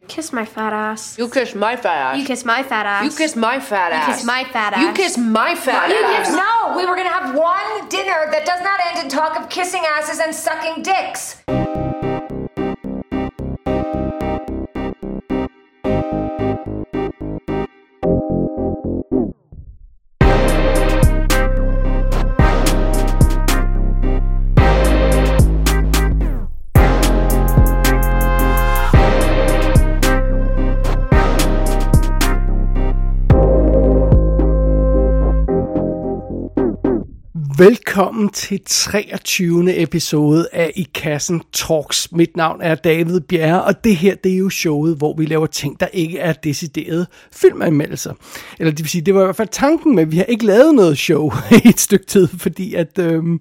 Kiss my fat ass. You kiss my fat ass. You kiss my fat ass. You kiss my fat ass. You kiss my fat ass. You kiss my fat ass. No, we were gonna have one dinner that does not end in talk of kissing asses and sucking dicks. Velkommen til 23. episode af I Kassen Talks. Mit navn er David Bjerre, og det her, det er jo showet, hvor vi laver ting, der ikke er deciderede filmanmeldelser. Eller det vil sige, det var i hvert fald tanken med, at vi har ikke lavet noget show i et stykke tid, fordi at...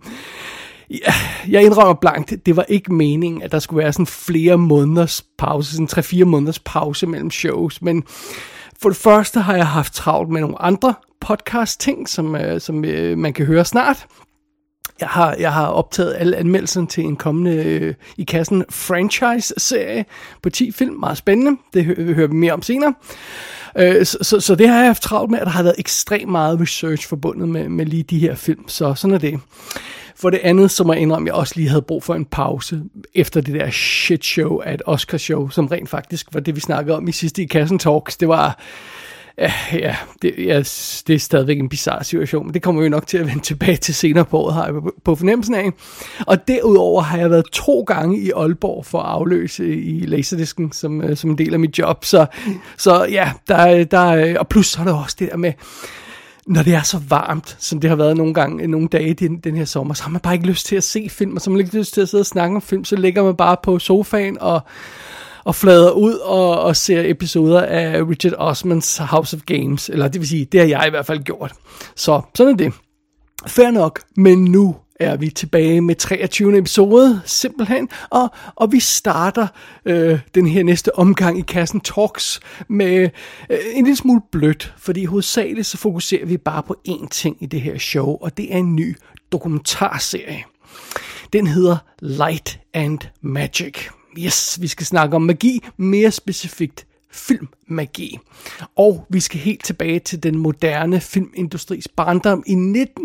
Jeg indrømmer blankt, det var ikke meningen, at der skulle være sådan flere måneders pause, sådan 3-4 måneders pause mellem shows, men for det første har jeg haft travlt med nogle andre podcast-ting, som man kan høre snart. Jeg har optaget alle anmeldelserne til en kommende I Kassen franchise-serie på 10 film. Meget spændende. Det hører vi mere om senere. Så det har jeg haft travlt med, at der har været ekstremt meget research forbundet med lige de her film. Så sådan er det. For det andet, så må jeg indrømme, at jeg også lige havde brug for en pause efter det der shit show af et Oscar-show, som rent faktisk var det, vi snakkede om i sidste I Kassen Talks. Det var... det er stadigvæk en bizarre situation, men det kommer vi jo nok til at vende tilbage til senere på året, har jeg på fornemmelsen af. Og derudover har jeg været 2 gange i Aalborg for at afløse i Laserdisken som en del af mit job. Så ja, der og plus så er der også det der med, når det er så varmt, som det har været nogle dage den her sommer, så har man bare ikke lyst til at se film, og så har man ikke lyst til at sidde og snakke om film, så ligger man bare på sofaen og flader ud og ser episoder af Richard Osmans House of Games. Eller det vil sige, det har jeg i hvert fald gjort. Så sådan er det. Fair nok, men nu er vi tilbage med 23. episode, simpelthen. Og vi starter den her næste omgang i Kassen Talks med en lille smule blødt. Fordi hovedsageligt så fokuserer vi bare på én ting i det her show, og det er en ny dokumentarserie. Den hedder Light and Magic. Yes, vi skal snakke om magi, mere specifikt filmmagi. Og vi skal helt tilbage til den moderne filmindustris barndom i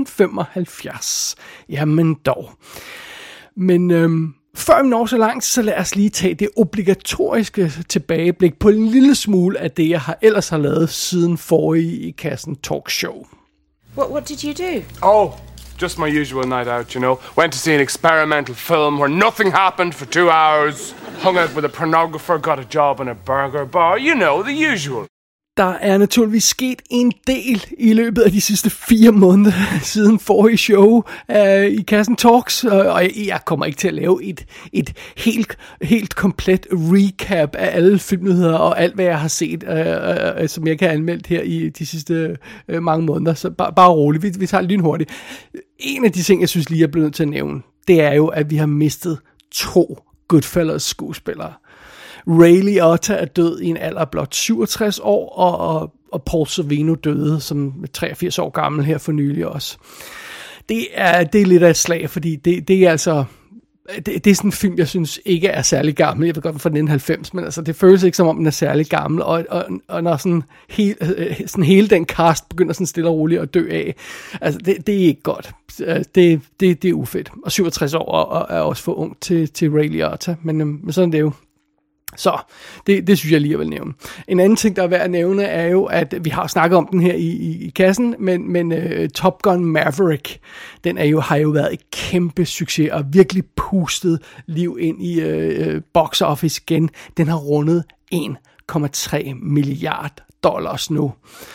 1975. Jamen dog. Men før vi når så langt, så lad os lige tage det obligatoriske tilbageblik på en lille smule af det, jeg ellers har lavet siden forrige I Kassen Talkshow. What did you do? Oh, just my usual night out, you know. Went to see an experimental film where nothing happened for 2 hours. Hung out with a pornographer, got a job in a burger bar. You know, the usual. Der er naturligvis sket en del i løbet af de sidste 4 måneder siden forrige show i Kassen Talks, og jeg kommer ikke til at lave et helt komplet recap af alle filmnyheder og alt, hvad jeg har set, som jeg kan anmelde her i de sidste mange måneder. Så bare roligt, vi tager det lynhurtigt. En af de ting, jeg synes lige, jeg bliver nødt til at nævne, det er jo, at vi har mistet 2 Goodfellas skuespillere. Ray Liotta er død i en alder af blot 67 år, og Paul Sorvino døde som 83 år gammel her for nylig også. Det er lidt af et slag, fordi det er altså... Det er sådan en film, jeg synes ikke er særlig gammel. Jeg ved godt, fra 1990, men altså, det føles ikke som om, den er særlig gammel. Og når sådan hele den cast begynder sådan stille og roligt at dø af, altså, det er ikke godt. Det er ufedt. Og 67 år er også for ung til Ray Liotta, men sådan er det jo. Så det synes jeg lige, jeg vil nævne. En anden ting, der er værd at nævne, er jo, at vi har snakket om den her i kassen, men Top Gun Maverick, har jo været et kæmpe succes og virkelig pustet liv ind i box office igen. Den har rundet $1,3 milliard nu.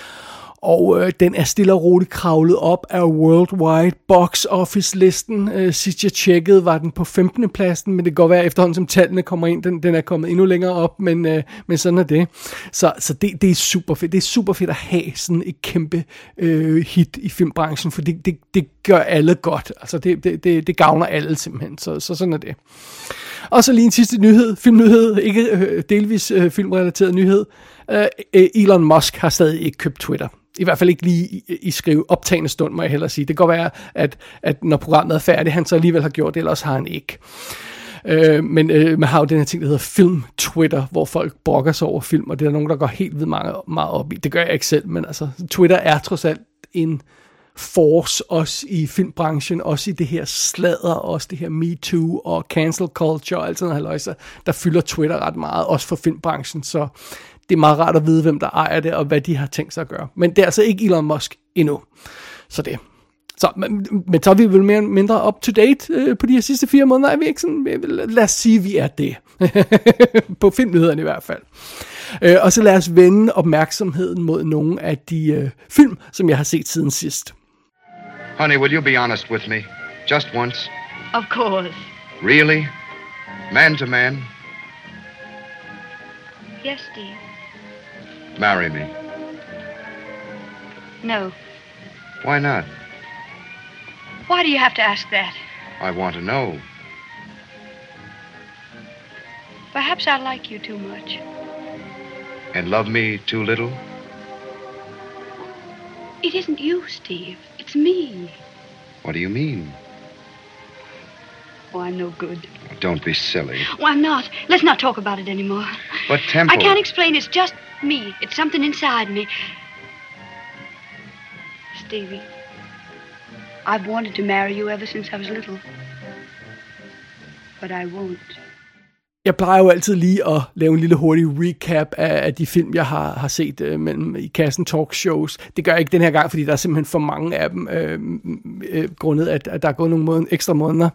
Og den er stille og roligt kravlet op af Worldwide Box Office-listen. Sidst jeg tjekkede, var den på 15. pladsen, men det kan godt være efterhånden, som tallene kommer ind, den er kommet endnu længere op, men sådan er det. Så det er super fedt. Det er super fedt at have sådan et kæmpe hit i filmbranchen, for det gør alle godt. Altså det gavner alle simpelthen, så sådan er det. Og så lige en sidste nyhed, filmnyhed, ikke delvis filmrelateret nyhed. Elon Musk har stadig ikke købt Twitter. I hvert fald ikke lige i skrive optagende stund, må jeg hellere sige. Det kan godt være, at når programmet er færdigt, han så alligevel har gjort det, ellers har han ikke. Men man har jo den her ting, der hedder film-Twitter, hvor folk brokker sig over film, og det er nogen, der går helt vildt meget op i. Det gør jeg ikke selv, men altså, Twitter er trods alt en force, også i filmbranchen, også i det her sladder, også det her MeToo og cancel culture og alt sådan noget, der fylder Twitter ret meget, også for filmbranchen, så det er meget rart at vide, hvem der ejer det, og hvad de har tænkt sig at gøre. Men det er altså ikke Elon Musk endnu. Så det. Så, men så er vi vel mere mindre up-to-date på de her sidste 4 måneder, er vi ikke sådan? Lad os sige, vi er det. På filmnyhederne i hvert fald. Og så lad os vende opmærksomheden mod nogle af de film, som jeg har set siden sidst. Honey, will you be honest with me? Just once? Of course. Really? Man to man? Yes, dear. Marry me. No. Why not? Why do you have to ask that? I want to know. Perhaps I like you too much. And love me too little? It isn't you, Steve. It's me. What do you mean? Oh, I'm no good. Don't be silly. Oh, I'm not. Let's not talk about it anymore. But Temple... I can't explain. It's just me. It's something inside me. Stevie, I've wanted to marry you ever since I was little. But I won't. Jeg plejer jo altid lige at lave en lille hurtig recap af de film, jeg har set mellem i kassen talkshows. Det gør jeg ikke den her gang, fordi der er simpelthen for mange af dem, grundet at der er gået nogle ekstra måneder.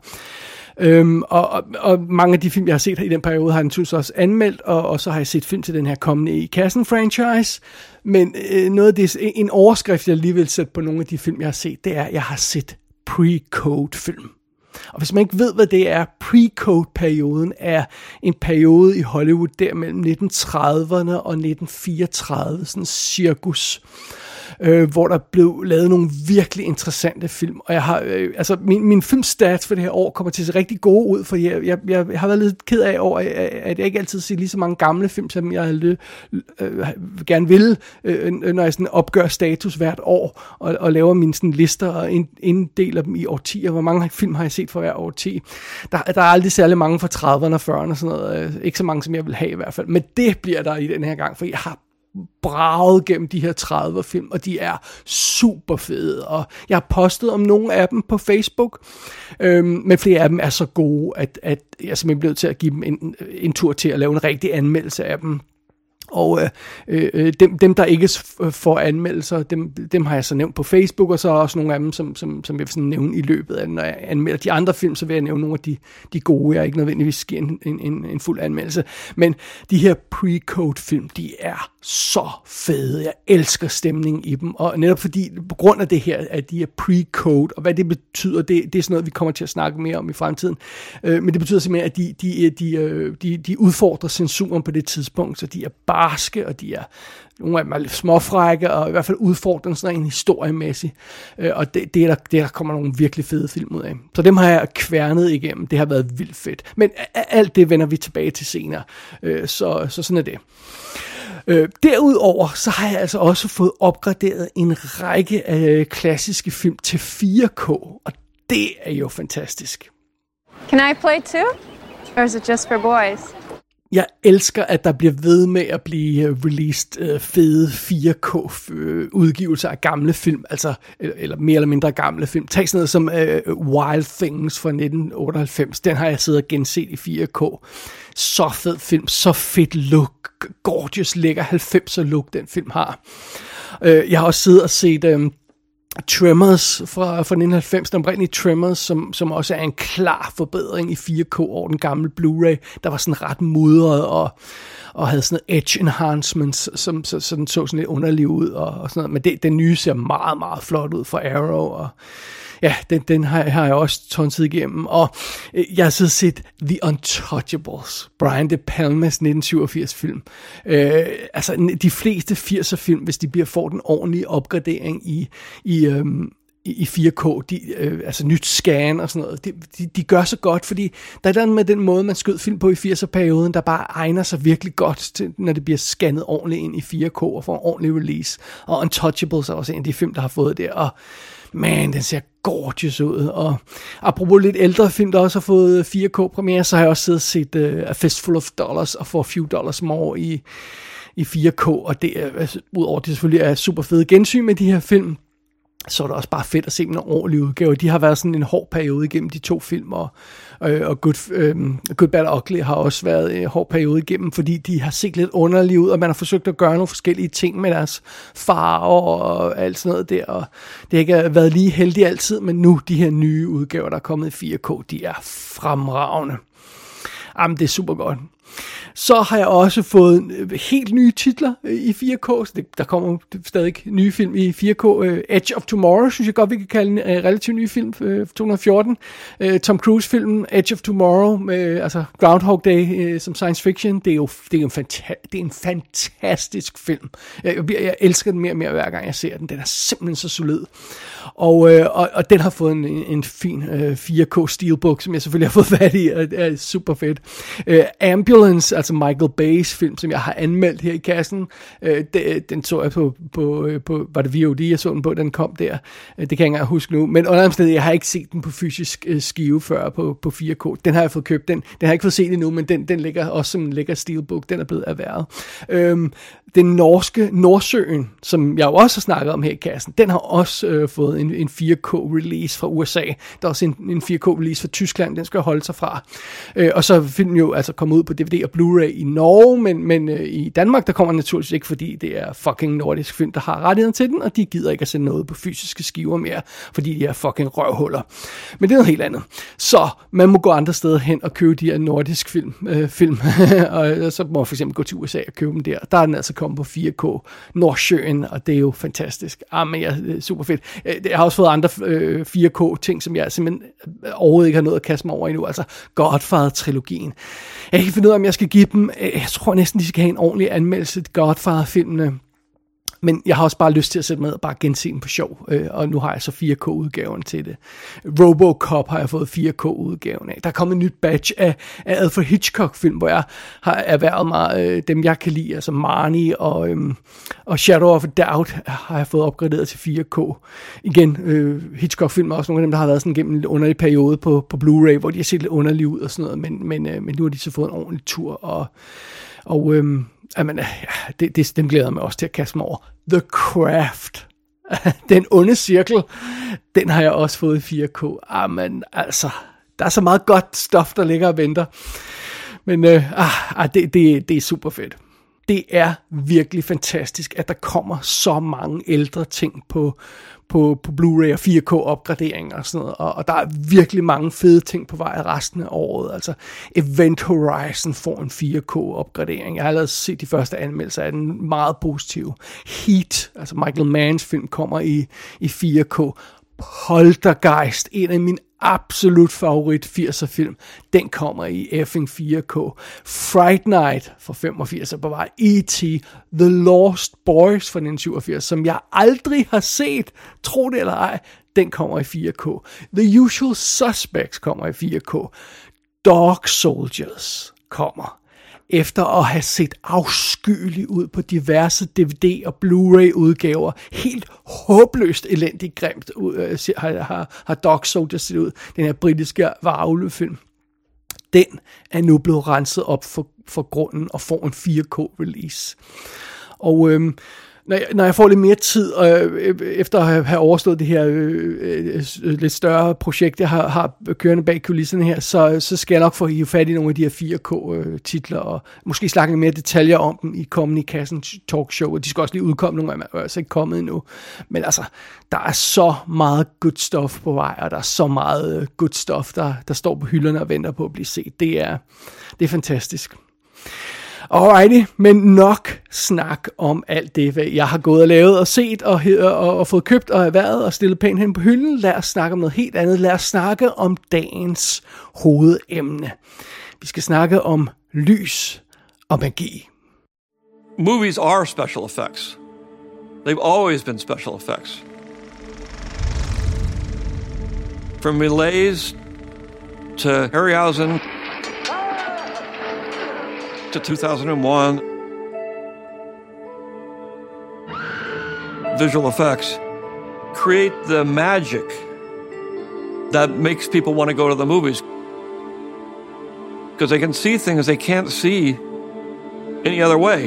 Og mange af de film, jeg har set i den periode, har jeg naturligvis også anmeldt, og så har jeg set film til den her kommende i kassen franchise. Men noget af det, en overskrift, jeg lige vil sætte på nogle af de film, jeg har set, det er, at jeg har set pre-code film. Og hvis man ikke ved, hvad det er, pre-code-perioden er en periode i Hollywood der mellem 1930'erne og 1934, sådan en cirkus, hvor der blev lavet nogle virkelig interessante film. Og jeg har, altså min filmstats for det her år kommer til at se rigtig gode ud, for jeg har været lidt ked af over, at jeg ikke altid ser lige så mange gamle film, som jeg gerne vil, når jeg sådan opgør status hvert år, og laver mine sådan lister og inddeler dem i årtier. Hvor mange film har jeg set for hver årti? Der er aldrig særlig mange fra 30'erne og 40'erne og sådan noget. Ikke så mange, som jeg vil have i hvert fald. Men det bliver der i den her gang, for jeg har braget gennem de her 30 film, og de er super fede, og jeg har postet om nogle af dem på Facebook, men flere af dem er så gode, at jeg simpelthen blev nødt til at give dem en tur til at lave en rigtig anmeldelse af dem. Og dem der ikke får anmeldelser, dem har jeg så nævnt på Facebook, og så er også nogle af dem, som jeg vil sådan nævne i løbet af, når jeg anmelder de andre film, så vil jeg nævne nogle af de gode, jeg ikke nødvendigvis giver en fuld anmeldelse. Men de her pre-code film, de er så fede. Jeg elsker stemningen i dem, og netop fordi, på grund af det her, at de er pre-code, og hvad det betyder, det er sådan noget, vi kommer til at snakke mere om i fremtiden. Men det betyder simpelthen, at de udfordrer censuren på det tidspunkt, så de er barske, og de er nogle af dem er lidt småfrække, og i hvert fald udfordrende sådan en historiemæssig. Og der kommer nogle virkelig fede film ud af. Så dem har jeg kværnet igennem. Det har været vildt fedt. Men alt det vender vi tilbage til senere. Så sådan er det. Derudover så har jeg altså også fået opgraderet en række af klassiske film til 4K, og det er jo fantastisk. Can I play too? Or is it just for boys? Jeg elsker, at der bliver ved med at blive released fede 4K-udgivelser af gamle film, altså, eller mere eller mindre gamle film. Tag sådan noget som Wild Things fra 1998, den har jeg siddet og genset i 4K. Så fed film, så fedt look, gorgeous, lækker 90'er look, den film har. Jeg har også siddet og set Tremors fra 1990, den oprindelige Tremors, som også er en klar forbedring i 4K over den gamle Blu-ray, der var sådan ret mudret og havde sådan noget edge enhancements, som så sådan lidt underlig ud og sådan noget. Men den nye ser meget, meget flot ud fra Arrow, og ja, den har jeg også tonset igennem. Og jeg har så set The Untouchables, Brian De Palmas 1987 film. Altså de fleste 80'er film, hvis de får den ordentlige opgradering i 4K, altså nyt scan og sådan noget, de gør så godt, fordi der er der med den måde, man skød film på i 80'er-perioden, der bare egner sig virkelig godt til, når det bliver scannet ordentligt ind i 4K og får en ordentlig release. Og Untouchables er også en af de film, der har fået det, og man, den ser gorgeous ud. Og apropos lidt ældre film, der også har fået 4K-premiere, så har jeg også siddet og set A Fistful of Dollars og For a Few Dollars More i 4K, og det er, udover det selvfølgelig er super fede gensyn med de her film, så er det også bare fedt at se en ordentlig udgave. De har været sådan en hård periode igennem de to film, og Good, Bad og Ugly har også været en hård periode igennem, fordi de har set lidt underlige ud, og man har forsøgt at gøre nogle forskellige ting med deres farver og alt sådan noget der, og det har ikke været lige heldigt altid, men nu de her nye udgaver, der er kommet i 4K, de er fremragende. Jamen, det er super godt. Så har jeg også fået helt nye titler i 4K, så der kommer stadig nye film i 4K. Edge of Tomorrow, synes jeg godt, vi kan kalde en relativt ny film, 2014. Tom Cruise-filmen Edge of Tomorrow, med altså Groundhog Day som science fiction, det er en fantastisk film. Jeg elsker den mere og mere hver gang jeg ser den. Den er simpelthen så solid. Og den har fået en fin 4K steelbook, som jeg selvfølgelig har fået fat i, og det er super fedt. Ambulance, altså Michael Bay's film, som jeg har anmeldt her i kassen, den så jeg på var det VOD, jeg så den på, den kom der. Det kan jeg ikke engang huske nu, men under omstændigheder, jeg har ikke set den på fysisk skive før på 4K. Den har jeg fået købt, den har jeg ikke fået set endnu, men den ligger også som en lækker steelbook, den er blevet erhvervet. Den norske Nordsøen, som jeg jo også har snakket om her i kassen, den har også fået en 4K-release fra USA. Der er også en 4K-release fra Tyskland, den skal holde sig fra. Og så er filmen jo altså kommet ud på DVD og Blu-ray i Norge, men i Danmark, der kommer den naturligvis ikke, fordi det er fucking nordisk film, der har rettigheden til den, og de gider ikke at sende noget på fysiske skiver mere, fordi de er fucking røvhuller. Men det er noget helt andet. Så man må gå andre steder hen og købe de her nordisk film og så må man for eksempel gå til USA og købe dem der. Der er den altså kommet på 4K Nordsjøen, og det er jo fantastisk. Men ja, super fedt. Jeg har også fået andre 4K-ting, som jeg simpelthen overhovedet ikke har nået at kaste mig over endnu. Altså Godfather-trilogien. Jeg kan ikke finde ud af, om jeg skal give dem, jeg tror næsten, de skal have en ordentlig anmeldelse til Godfather-filmene. Men jeg har også bare lyst til at sætte med og bare gense den på sjov, og nu har jeg så 4K-udgaven til det. RoboCop har jeg fået 4K-udgaven af. Der er kommet en nyt batch af Alfred Hitchcock-film, hvor jeg har erhvervet mig dem, jeg kan lide, altså Marnie og Shadow of a Doubt har jeg fået opgraderet til 4K. Igen, Hitchcock-film er også nogle af dem, der har været sådan gennem en underlig periode på Blu-ray, hvor de har set lidt underlige ud og sådan noget, men nu har de så fået en ordentlig tur, og jamen, dem glæder jeg mig også til at kaste mig over. The Craft. Den onde cirkel, den har jeg også fået i 4K. Jamen, altså, der er så meget godt stof, der ligger og venter. Men det er super fedt. Det er virkelig fantastisk, at der kommer så mange ældre ting på Blu-ray og 4K-opgraderinger og sådan noget, og der er virkelig mange fede ting på vej resten af året. Altså Event Horizon får en 4K-opgradering. Jeg har allerede set de første anmeldelser af den, meget positive. Heat, altså Michael Manns film, kommer i 4K. Poltergeist, en af mine absolut favorit 80'er film, den kommer i effing 4K. Fright Night fra 85 er på vej. E.T. The Lost Boys fra 1987, som jeg aldrig har set, tro det eller ej, den kommer i 4K. The Usual Suspects kommer i 4K. Dog Soldiers kommer. Efter at have set afskyelig ud på diverse DVD- og Blu-ray-udgaver, helt håbløst elendigt grimt har Dog Soldiers set ud, den her britiske varulvefilm. Den er nu blevet renset op for grunden og får en 4K-release. Og når jeg får lidt mere tid, efter at have overstået det her lidt større projekt, jeg har kørende bag kulisserne her, så skal jeg nok få hive fat i nogle af de her 4K-titler, og måske snakke lidt mere detaljer om dem i kommende i kassen talkshow, og de skal også lige udkomme, nogle af dem er altså ikke kommet endnu. Men altså, der er så meget good stuff på vej, og der er så meget good stuff, der står på hylderne og venter på at blive set. Det er fantastisk. Alrighty, men nok snak om alt det, hvad jeg har gået og lavet og set og fået købt og erhvervet og stillet pænt hen på hylden. Lad os snakke om noget helt andet. Lad os snakke om dagens hovedemne. Vi skal snakke om lys og magi. Movies are special effects. They've always been special effects. From Méliès to Harryhausen to 2001, visual effects create the magic that makes people want to go to the movies. Because they can see things they can't see any other way.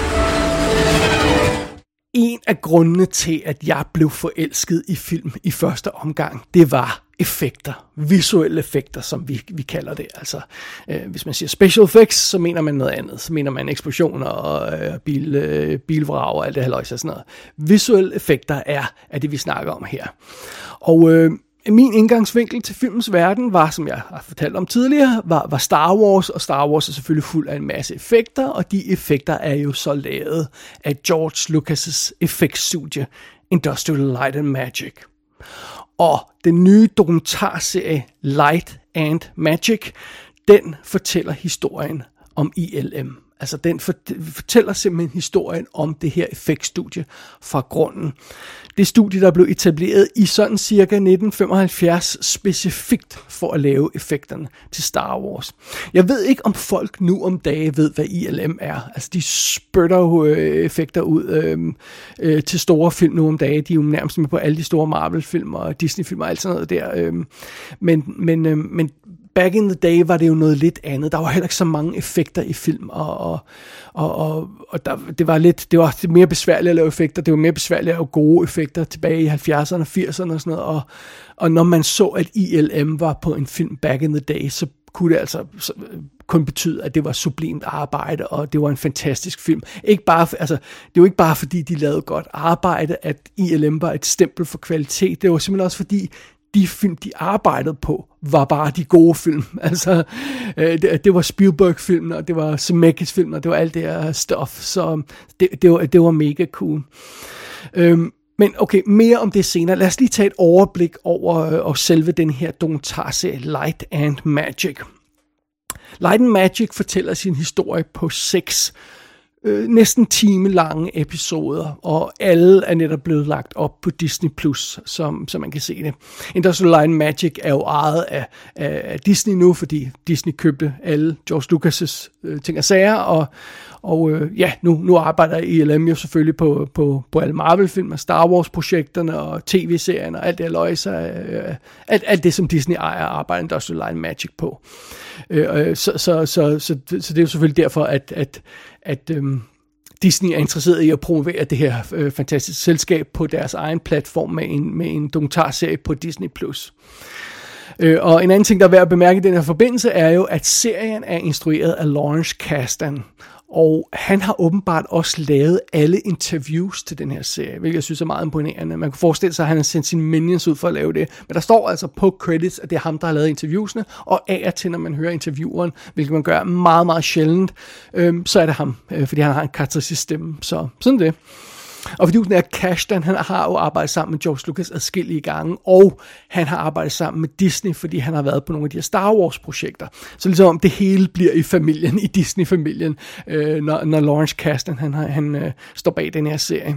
En af grundene til, at jeg blev forelsket i film i første omgang, det var effekter. Visuelle effekter, som vi kalder det. Altså, hvis man siger special effects, så mener man noget andet. Så mener man eksplosioner og bilvrag og alt det halløjse og sådan noget. Visuelle effekter er det, vi snakker om her. Og min indgangsvinkel til filmens verden var, som jeg har fortalt om tidligere, var Star Wars, og Star Wars er selvfølgelig fuld af en masse effekter, og de effekter er jo så lavet af George Lucas' effektstudie Industrial Light and Magic. Og den nye dokumentarserie Light and Magic, den fortæller historien om ILM. Altså den fortæller simpelthen historien om det her effektstudie fra grunden. Det studie, der blev etableret i sådan cirka 1975 specifikt for at lave effekterne til Star Wars. Jeg ved ikke, om folk nu om dage ved, hvad ILM er. Altså de spytter jo effekter ud til store film nu om dage. De er jo nærmest med på alle de store Marvel-film og Disney-film og alt sådan noget der. Men back in the day var det jo noget lidt andet. Der var heller ikke så mange effekter i film, og det var mere besværligt at lave effekter. Det var mere besværligt at lave gode effekter tilbage i 70'erne og 80'erne og sådan noget. Og når man så, at ILM var på en film back in the day, så kunne det altså kun betyde, at det var sublimt arbejde, og det var en fantastisk film. Det er jo ikke bare fordi, de lavede godt arbejde, at ILM var et stempel for kvalitet. Det var simpelthen også fordi, de film, de arbejdede på, var bare de gode film. Altså, det var Spielberg-film, og det var Zemeckis-film, og det var alt det her stuff. Så det var mega cool. Men okay, mere om det senere. Lad os lige tage et overblik over selve den her dokumentarserie Light and Magic. Light and Magic fortæller sin historie på 6 næsten timelange episoder, og alle er netop blevet lagt op på Disney+, som man kan se det. Industrial Light and Magic er jo ejet af Disney nu, fordi Disney købte alle George Lucas' ting og sager, og nu arbejder ILM jo selvfølgelig på alle Marvel-film, Star Wars-projekterne og tv-serien og alt det løjse, alt det, som Disney ejer, arbejder Industrial Light and Magic på. Så det er jo selvfølgelig derfor, at Disney er interesseret i at promovere det her fantastiske selskab på deres egen platform med en dokumentarserie på Disney+. Og en anden ting, der er værd at bemærke i den her forbindelse, er jo, at serien er instrueret af Lawrence Kasdan. Og han har åbenbart også lavet alle interviews til den her serie, hvilket jeg synes er meget imponerende. Man kan forestille sig, at han har sendt sine minions ud for at lave det. Men der står altså på credits, at det er ham, der har lavet interviewsene. Og af og til, når man hører intervieweren, hvilket man gør meget, meget sjældent, så er det ham, fordi han har en karakteristisk stemme. Så sådan det. Og fordi den er Kasdan, han har jo arbejdet sammen med George Lucas adskillige gange, og han har arbejdet sammen med Disney, fordi han har været på nogle af de her Star Wars-projekter. Så ligesom om det hele bliver i familien, i Disney-familien, når Lawrence Kasdan, han står bag den her serie.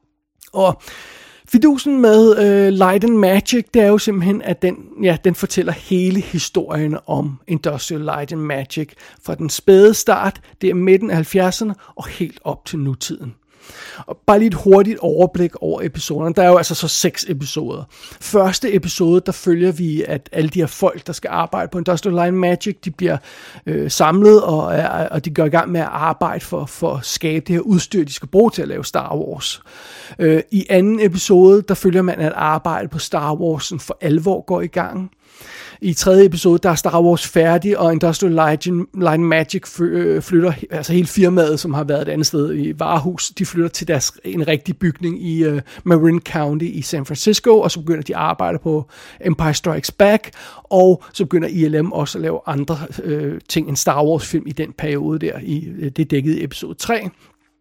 Og fidusen med Light and Magic, det er jo simpelthen, at den fortæller hele historien om Industrial Light and Magic, fra den spæde start, det er midten af 70'erne, og helt op til nutiden. Og bare lige et hurtigt overblik over episoderne. Der er jo altså så 6 episoder. Første episode, der følger vi, at alle de her folk, der skal arbejde på Industrial Light and Magic, de bliver samlet, og de går i gang med at arbejde for at skabe det her udstyr, de skal bruge til at lave Star Wars. I anden episode, der følger man, at arbejdet på Star Wars for alvor går i gang. I tredje episode, der er Star Wars færdig, og Industrial Light and Magic flytter, altså hele firmaet, som har været et andet sted i Varehus, de flytter til en rigtig bygning i Marin County i San Francisco, og så begynder de at arbejde på Empire Strikes Back, og så begynder ILM også at lave andre ting end Star Wars film i den periode der, det er dækket i episode 3.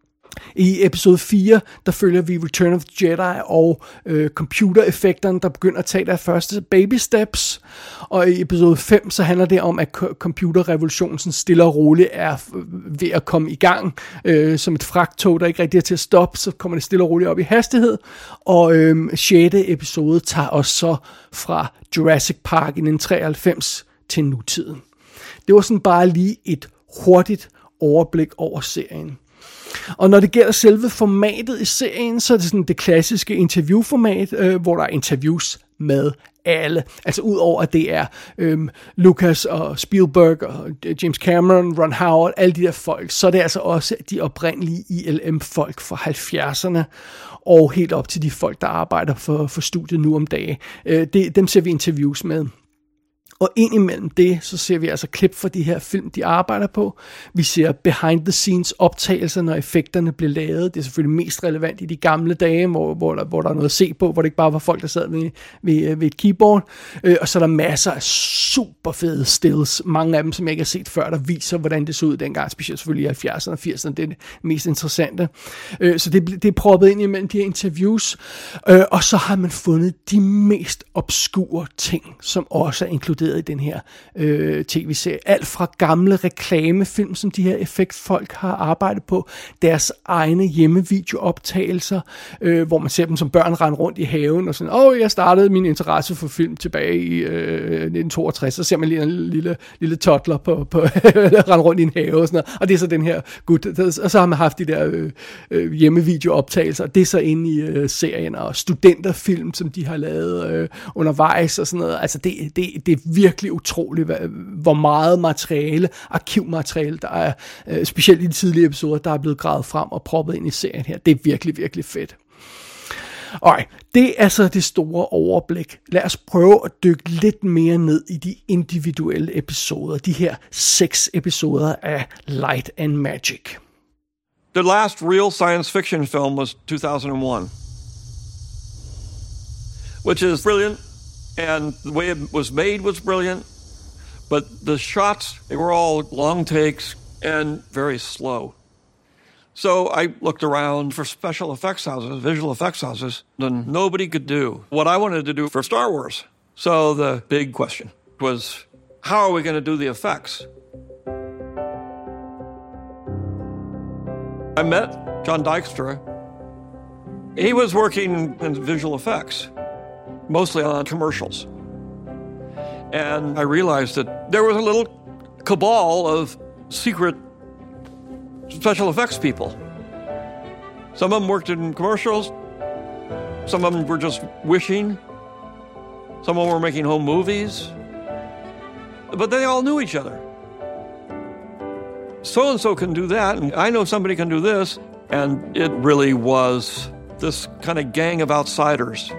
I episode 4, der følger vi Return of the Jedi og computereffekterne, der begynder at tage deres første baby steps. Og i episode 5, så handler det om, at computerrevolutionen stille og roligt er ved at komme i gang. Som et fragttog, der ikke rigtig er til at stoppe, så kommer det stille og roligt op i hastighed. Og 6. episode tager os så fra Jurassic Park i 1993 til nutiden. Det var sådan bare lige et hurtigt overblik over serien. Og når det gælder selve formatet i serien, så er det sådan det klassiske interviewformat, hvor der er interviews med alle. Altså udover at det er Lucas og Spielberg og James Cameron, Ron Howard, alle de der folk, så er det altså også de oprindelige ILM-folk fra 70'erne, og helt op til de folk, der arbejder for studiet nu om dagen. Dem ser vi interviews med. Og indimellem det, så ser vi altså klip fra de her film, de arbejder på. Vi ser behind the scenes optagelser, når effekterne blev lavet. Det er selvfølgelig mest relevant i de gamle dage, hvor der er noget at se på, hvor det ikke bare var folk, der sad ved et keyboard. Og så er der masser af super fede stills, mange af dem, som jeg ikke har set før, der viser, hvordan det så ud dengang, specielt selvfølgelig i 70'erne og 80'erne, det er det mest interessante. Så det er proppet ind imellem de her interviews. Og så har man fundet de mest obskure ting, som også er inkluderet i den her tv-serie. Alt fra gamle reklamefilm, som de her effektfolk har arbejdet på, deres egne hjemmevideooptagelser, hvor man ser dem som børn rende rundt i haven, og sådan, jeg startede min interesse for film tilbage i 1962, så ser man lige en lille toddler på rende rundt i en have, og sådan noget, og det er så den her gut, og så har man haft de der hjemmevideooptagelser, og det er så inde i serien, og studenterfilm, som de har lavet undervejs, og sådan noget. Altså det er virkelig utroligt, hvor meget materiale, arkivmateriale, der er, specielt i de tidlige episoder, der er blevet gravet frem og proppet ind i serien her. Det er virkelig, virkelig fedt. Alright, det er så det store overblik. Lad os prøve at dykke lidt mere ned i de individuelle episoder, de her 6 episoder af Light and Magic. The last real science fiction film was 2001, which is brilliant. And the way it was made was brilliant, but the shots, they were all long takes and very slow. So I looked around for special effects houses, visual effects houses, and nobody could do what I wanted to do for Star Wars. So the big question was, how are we going to do the effects? I met John Dykstra. He was working in visual effects, mostly on commercials. And I realized that there was a little cabal of secret special effects people. Some of them worked in commercials. Some of them were just wishing. Some of them were making home movies. But they all knew each other. So-and-so can do that, and I know somebody can do this. And it really was this kind of gang of outsiders.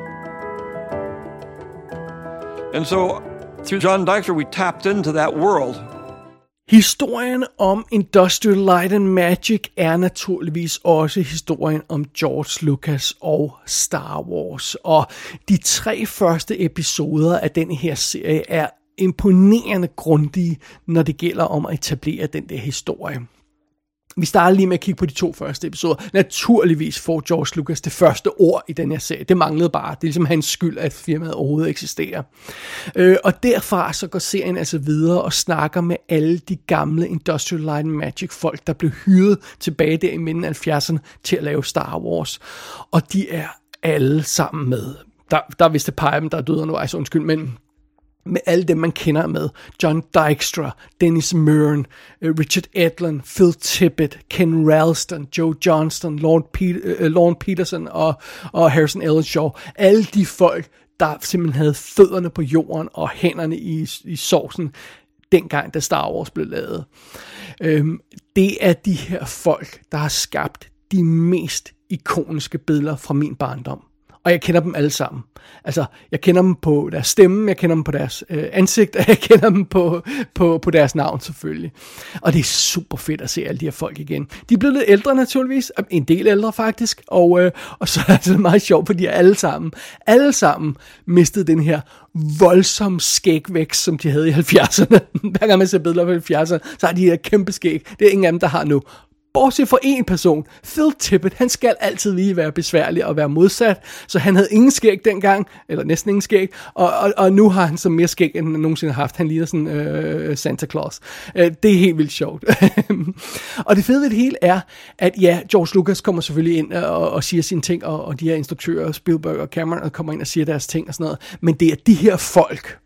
And so, through John Dykstra, we tapped into that world. Historien om Industrial Light and Magic er naturligvis også historien om George Lucas og Star Wars. Og de 3 første episoder af denne her serie er imponerende grundige, når det gælder om at etablere den der historie. Vi starter lige med at kigge på de 2 første episoder. Naturligvis får George Lucas det første ord i den her serie. Det manglede bare. Det er ligesom hans skyld, at firmaet overhovedet eksisterer. Og derfra så går serien altså videre og snakker med alle de gamle Industrial Light and Magic folk, der blev hyret tilbage der i midten af 70'erne til at lave Star Wars. Og de er alle sammen med. Der er vist et par af dem, der er døde undervejs, undskyld, men med alle dem, man kender med. John Dykstra, Dennis Muren, Richard Edlund, Phil Tippett, Ken Ralston, Joe Johnston, Lorne Peterson og Harrison Ellenshaw. Alle de folk, der simpelthen havde fødderne på jorden og hænderne i sovsen, dengang da Star Wars blev lavet. Det er de her folk, der har skabt de mest ikoniske billeder fra min barndom. Og jeg kender dem alle sammen. Altså, jeg kender dem på deres stemme, jeg kender dem på deres ansigt, og jeg kender dem på deres navn selvfølgelig. Og det er super fedt at se alle de her folk igen. De er blevet lidt ældre naturligvis, en del ældre faktisk, og så er det meget sjovt, for de er alle sammen mistede den her voldsom skægvækst, som de havde i 70'erne. Hver gang man ser billeder fra 70'erne, så har de her kæmpe skæg. Det er ingen af dem, der har nu. Bortset fra en person, Phil Tippett, han skal altid lige være besværlig og være modsat, så han havde ingen skæg dengang, eller næsten ingen skæg, og nu har han så mere skæg, end han nogensinde har haft. Han ligner sådan Santa Claus. Det er helt vildt sjovt. Og det fede ved det hele er, at ja, George Lucas kommer selvfølgelig ind og siger sine ting, og de her instruktører, Spielberg og Cameron, kommer ind og siger deres ting og sådan noget, men det er de her folk,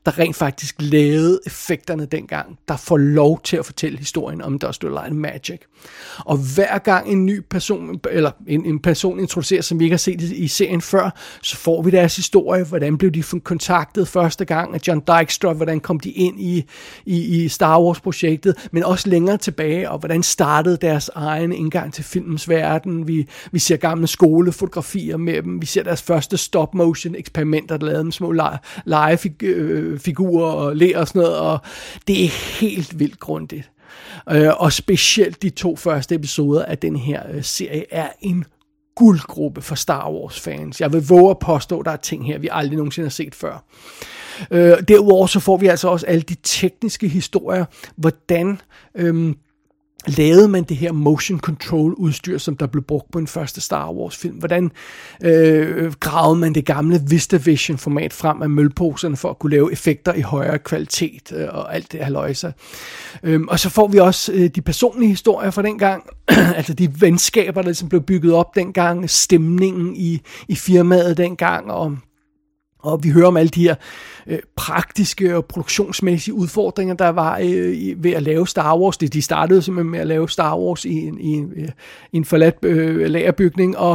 der rent faktisk lavede effekterne dengang, der får lov til at fortælle historien om Industrial Light and Magic. Og hver gang en ny person, eller en person introduceres, som vi ikke har set i serien før, så får vi deres historie. Hvordan blev de kontaktet første gang af John Dykstra? Hvordan kom de ind i Star Wars-projektet? Men også længere tilbage, og hvordan startede deres egen indgang til filmens verden? Vi ser gamle skolefotografier med dem. Vi ser deres første stop-motion eksperimenter, der lavede med små legefigurer og ler og sådan noget. Og det er helt vildt grundigt. Og specielt de 2 første episoder af den her serie er en guldgruppe for Star Wars fans. Jeg vil våge at påstå, at der er ting her, vi aldrig nogensinde har set før. Derudover så får vi altså også alle de tekniske historier. Hvordan lavede man det her motion control udstyr, som der blev brugt på den første Star Wars film? Hvordan gravede man det gamle VistaVision format frem af mølposerne for at kunne lave effekter i højere kvalitet og alt det halløjse? Og så får vi også de personlige historier fra dengang, altså de venskaber, der ligesom blev bygget op dengang, stemningen i firmaet dengang, og vi hører om alle de her praktiske og produktionsmæssige udfordringer, der var ved at lave Star Wars. De startede simpelthen med at lave Star Wars i en forladt lagerbygning, og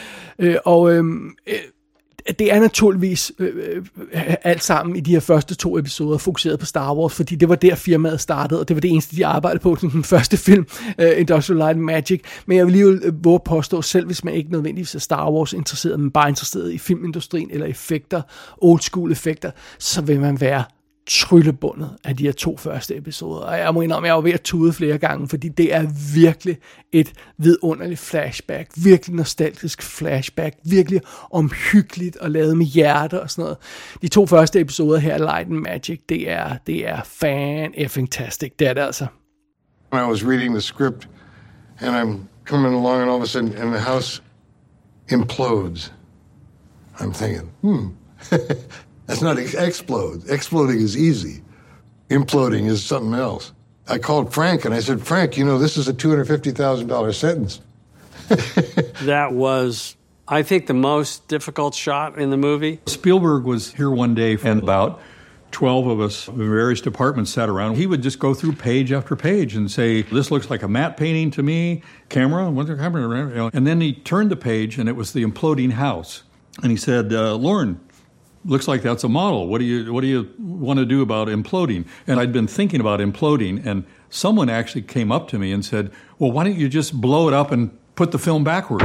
det er naturligvis alt sammen i de her første 2 episoder fokuseret på Star Wars, fordi det var der firmaet startede, og det var det eneste, de arbejdede på, som den første film, Industrial Light and Magic. Men jeg vil lige våge påstå, selv hvis man ikke nødvendigvis er Star Wars interesseret, men bare interesseret i filmindustrien eller effekter, old school effekter, så vil man være tryllebundet af de her 2 første episoder. Og jeg må indrømme, jeg var ved at tude flere gange, fordi det er virkelig et vidunderligt flashback, virkelig nostalgisk flashback, virkelig omhyggeligt og lavet med hjerte og sådan noget. De 2 første episoder her, Light and Magic, det er fan-effing-tastic, det er det altså. I was reading the script, and I'm coming along, and all of a sudden, and the house implodes. I'm thinking, that's not explode. Exploding is easy. Imploding is something else. I called Frank and I said, Frank, you know, this is a $250,000 sentence. That was, I think, the most difficult shot in the movie. Spielberg was here one day, and about 12 of us in various departments sat around. He would just go through page after page and say, this looks like a matte painting to me. Camera, what's the camera? You know, and then he turned the page and it was the imploding house. And he said, Lauren, looks like that's a model. What do you want to do about imploding? And I'd been thinking about imploding, and someone actually came up to me and said, well, why don't you just blow it up and put the film backwards?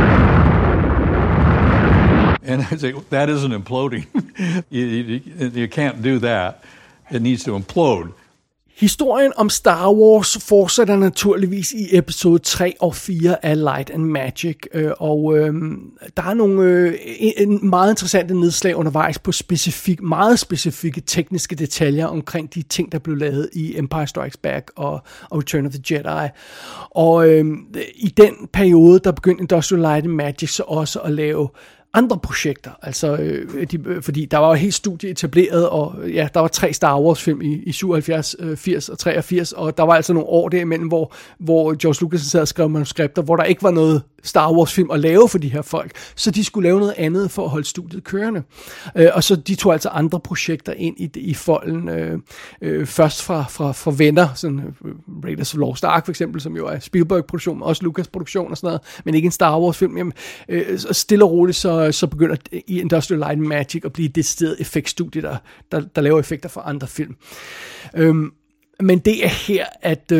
And I say, that isn't imploding. you can't do that. It needs to implode. Historien om Star Wars fortsætter naturligvis i episode 3 og 4 af Light and Magic, og der er nogle meget interessante nedslag undervejs på meget specifikke tekniske detaljer omkring de ting, der blev lavet i Empire Strikes Back og Return of the Jedi. Og i den periode, der begyndte Industrial Light and Magic så også at lave andre projekter, altså fordi der var jo helt studie etableret, og ja, der var 3 Star Wars film i 77, 80 og 83, og der var altså nogle år derimellem, hvor George Lucas sad og skrev manuskripter, hvor der ikke var noget Star Wars film at lave for de her folk, så de skulle lave noget andet for at holde studiet kørende. Og så de tog altså andre projekter ind i folden, først fra venner, sådan Raiders of Lost Ark for eksempel, som jo er Spielberg-produktion, også Lucas-produktion og sådan noget, men ikke en Star Wars-film. Jamen, stille og roligt, så begynder i Industrial Light and Magic at blive et decideret effektstudie, der laver effekter for andre film. Men det er her, at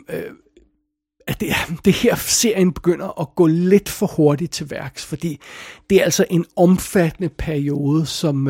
det her serien begynder at gå lidt for hurtigt til værks, fordi det er altså en omfattende periode,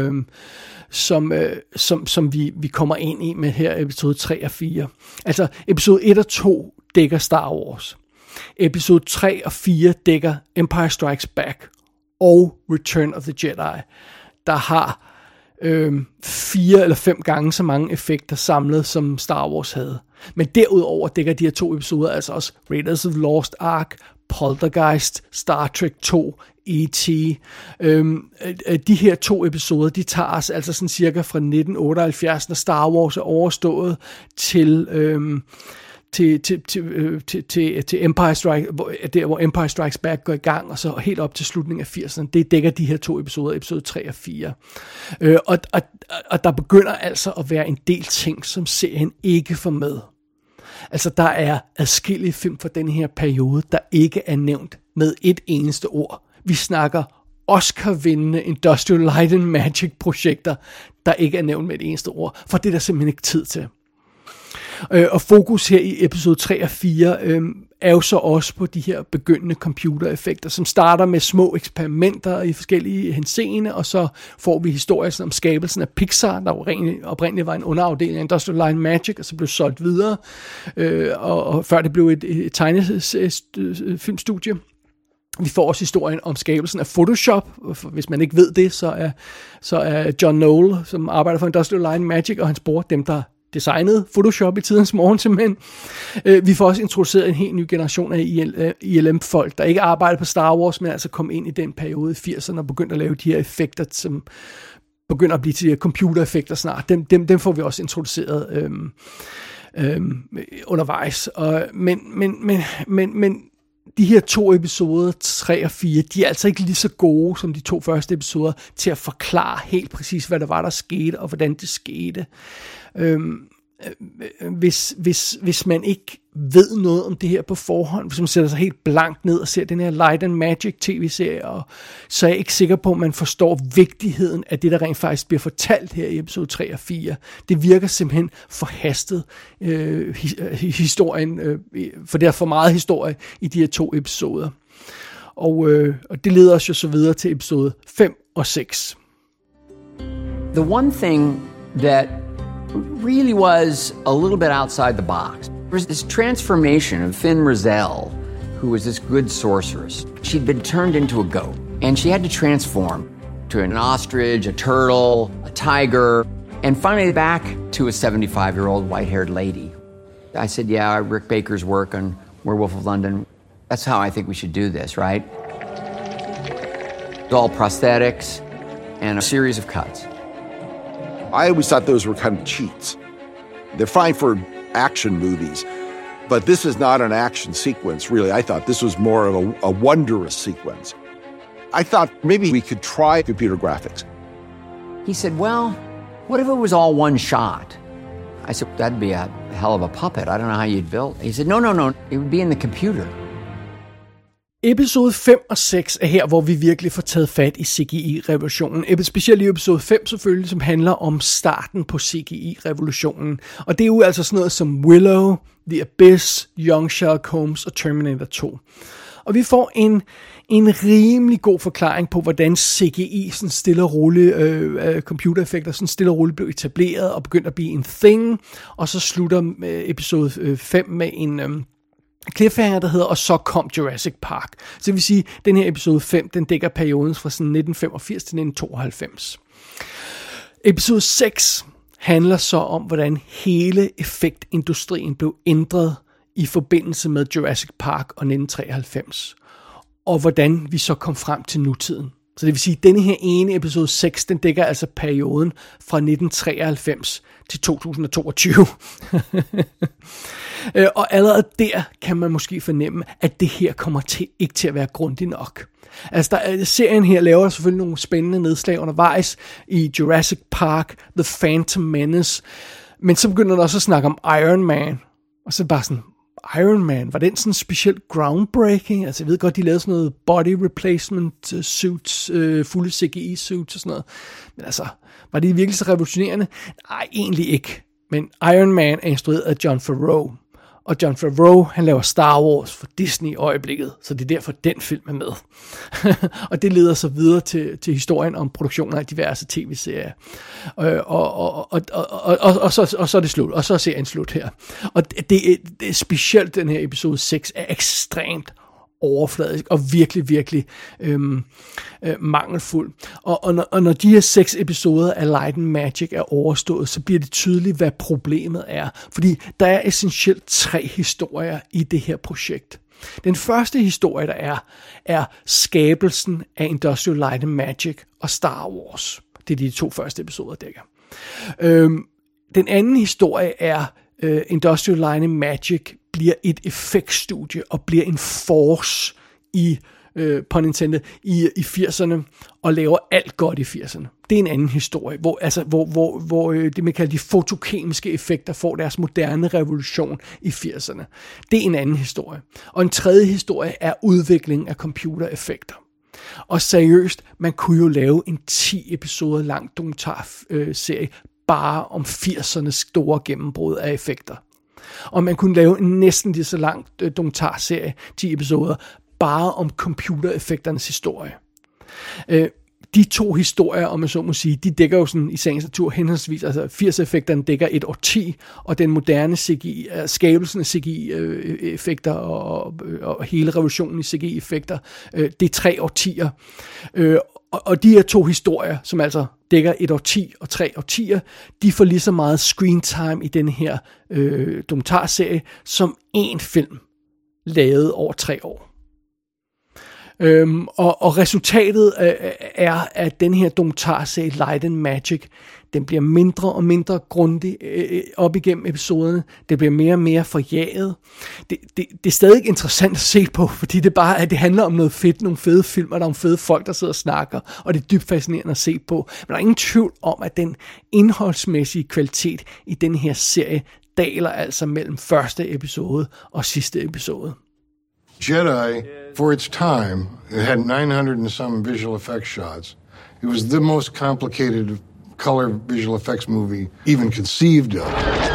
som vi kommer ind i med her episode 3 og 4. Altså episode 1 og 2 dækker Star Wars. Episode 3 og 4 dækker Empire Strikes Back og Return of the Jedi, der har 4 eller 5 gange så mange effekter samlet, som Star Wars havde. Men derudover dækker de her 2 episoder altså også Raiders of Lost Ark, Poltergeist, Star Trek 2, E.T. De her 2 episoder, de tager os altså sådan cirka fra 1978, når Star Wars er overstået, til Empire Strikes, hvor Empire Strikes Back går i gang, og så helt op til slutningen af 80'erne. Det dækker de her 2 episoder, episode 3 og 4. Og der begynder altså at være en del ting, som serien ikke får med. Altså, der er adskillige film fra den her periode, der ikke er nævnt med et eneste ord. Vi snakker Oscar-vindende Industrial Light and Magic-projekter, der ikke er nævnt med et eneste ord, for det er der simpelthen ikke tid til. Og fokus her i episode 3 og 4 er jo så også på de her begyndende computereffekter, som starter med små eksperimenter i forskellige henseende, og så får vi historier om skabelsen af Pixar, der oprindeligt var en underafdeling af Industrial Light and Magic, og så blev solgt videre, og før det blev et tegnefilmstudie. Vi får også historien om skabelsen af Photoshop. Hvis man ikke ved det, så er John Knoll, som arbejder for Industrial Light and Magic, og hans bror, dem der designede Photoshop i tidens morgen simpelthen. Vi får også introduceret en helt ny generation af ILM-folk, der ikke arbejder på Star Wars, men altså kom ind i den periode i 80'erne og begyndte at lave de her effekter, som begynder at blive til de her computereffekter snart. Dem får vi også introduceret undervejs. Men de her 2 episoder, 3 og 4, de er altså ikke lige så gode som de 2 første episoder til at forklare helt præcis, hvad der var, der skete, og hvordan det skete. Hvis man ikke ved noget om det her på forhånd, hvis man sætter sig helt blankt ned og ser den her Light and Magic tv-serie, så er jeg ikke sikker på, at man forstår vigtigheden af det, der rent faktisk bliver fortalt her i episode 3 og 4. Det virker simpelthen forhastet historien, for der er for meget historie i de her 2 episoder. Og det leder os jo så videre til episode 5 og 6. The one thing that really was a little bit outside the box was this transformation of Finn Rizal, who was this good sorceress. She'd been turned into a goat, and she had to transform to an ostrich, a turtle, a tiger, and finally back to a 75-year-old white-haired lady. I said, yeah, Rick Baker's work on Werewolf of London, that's how I think we should do this, right? It's all prosthetics and a series of cuts. I always thought those were kind of cheats. They're fine for action movies, but this is not an action sequence, really. I thought this was more of a wondrous sequence. I thought maybe we could try computer graphics. He said, well, what if it was all one shot? I said, that'd be a hell of a puppet. I don't know how you'd build it. He said, no, it would be in the computer. Episode 5 og 6 er her, hvor vi virkelig får taget fat i CGI-revolutionen. Specielt i episode 5 selvfølgelig, som handler om starten på CGI-revolutionen. Og det er jo altså sådan noget som Willow, The Abyss, Young Sherlock Holmes og Terminator 2. Og vi får en rimelig god forklaring på, hvordan CGI sådan stille og roligt, computereffekter sådan stille og roligt blev etableret og begyndte at blive en thing. Og så slutter episode 5 med en cliffhanger, der hedder, og så kom Jurassic Park. Så det vil sige, at den her episode 5, den dækker perioden fra sådan 1985 til 1992. Episode 6 handler så om, hvordan hele effektindustrien blev ændret i forbindelse med Jurassic Park og 1993. Og hvordan vi så kom frem til nutiden. Så det vil sige, at denne her ene episode 6, den dækker altså perioden fra 1993 til 2022. Og allerede der kan man måske fornemme, at det her kommer ikke til at være grundigt nok. Altså serien her laver selvfølgelig nogle spændende nedslag undervejs i Jurassic Park, The Phantom Menace, men så begynder der også at snakke om Iron Man, og så bare sådan, Iron Man, var den sådan specielt groundbreaking? Altså jeg ved godt, de lavede sådan noget body replacement suits, fulde CGI suits og sådan noget, men altså, var det virkelig så revolutionerende? Nej, egentlig ikke. Men Iron Man er instrueret af Jon Favreau. Og Jon Favreau, han laver Star Wars for Disney i øjeblikket, så det er derfor, den film er med. Og det leder så videre til historien om produktioner af diverse tv-serier. Og så er det slut, og så er serien slut her. Og det er specielt den her episode 6 er ekstremt overfladisk og virkelig, virkelig mangelfuld. Og når de her 6 episoder af Light and Magic er overstået, så bliver det tydeligt, hvad problemet er. Fordi der er essentielt 3 historier i det her projekt. Den første historie, der er skabelsen af Industrial Light and Magic og Star Wars. Det er de 2 første episoder, dækker. Den anden historie er Industrial Light and Magic bliver et effektstudie og bliver en force i pun intended, i 80'erne, og laver alt godt i 80'erne. Det er en anden historie, hvor det man kalder de fotokemiske effekter får deres moderne revolution i 80'erne. Det er en anden historie. Og en tredje historie er udviklingen af computereffekter. Og seriøst, man kunne jo lave en 10 episoder lang dokumentarserie bare om 80'ernes store gennembrud af effekter. Og man kunne lave en næsten lige så lang dokumentarserie, 10 episoder, bare om computereffekternes historie. De to historier, om man så må sige, de dækker jo sådan i sagens natur henholdsvis, altså 80'er-effekterne dækker et årti, og den moderne CGI, skabelsen af CGI-effekter og hele revolutionen i CGI-effekter, det er 3 årtier. Og de her to historier, som altså dækker et årti og 3 årtier, de får lige så meget screen time i den her dokumentarserie, som en film lavet over 3 år. Og resultatet er, at den her dokumentarserie Light and Magic, den bliver mindre og mindre grundig op igennem episoderne. Det bliver mere og mere forjaget. Det er stadig interessant at se på, fordi det bare det handler om noget fedt, nogle fede film, og der er nogle fede folk, der sidder og snakker, og det er dybt fascinerende at se på. Men der er ingen tvivl om, at den indholdsmæssige kvalitet i den her serie daler altså mellem første episode og sidste episode. Jedi, for its time, it had 900 and some visual effects shots. It was the most complicated color visual effects movie even conceived of.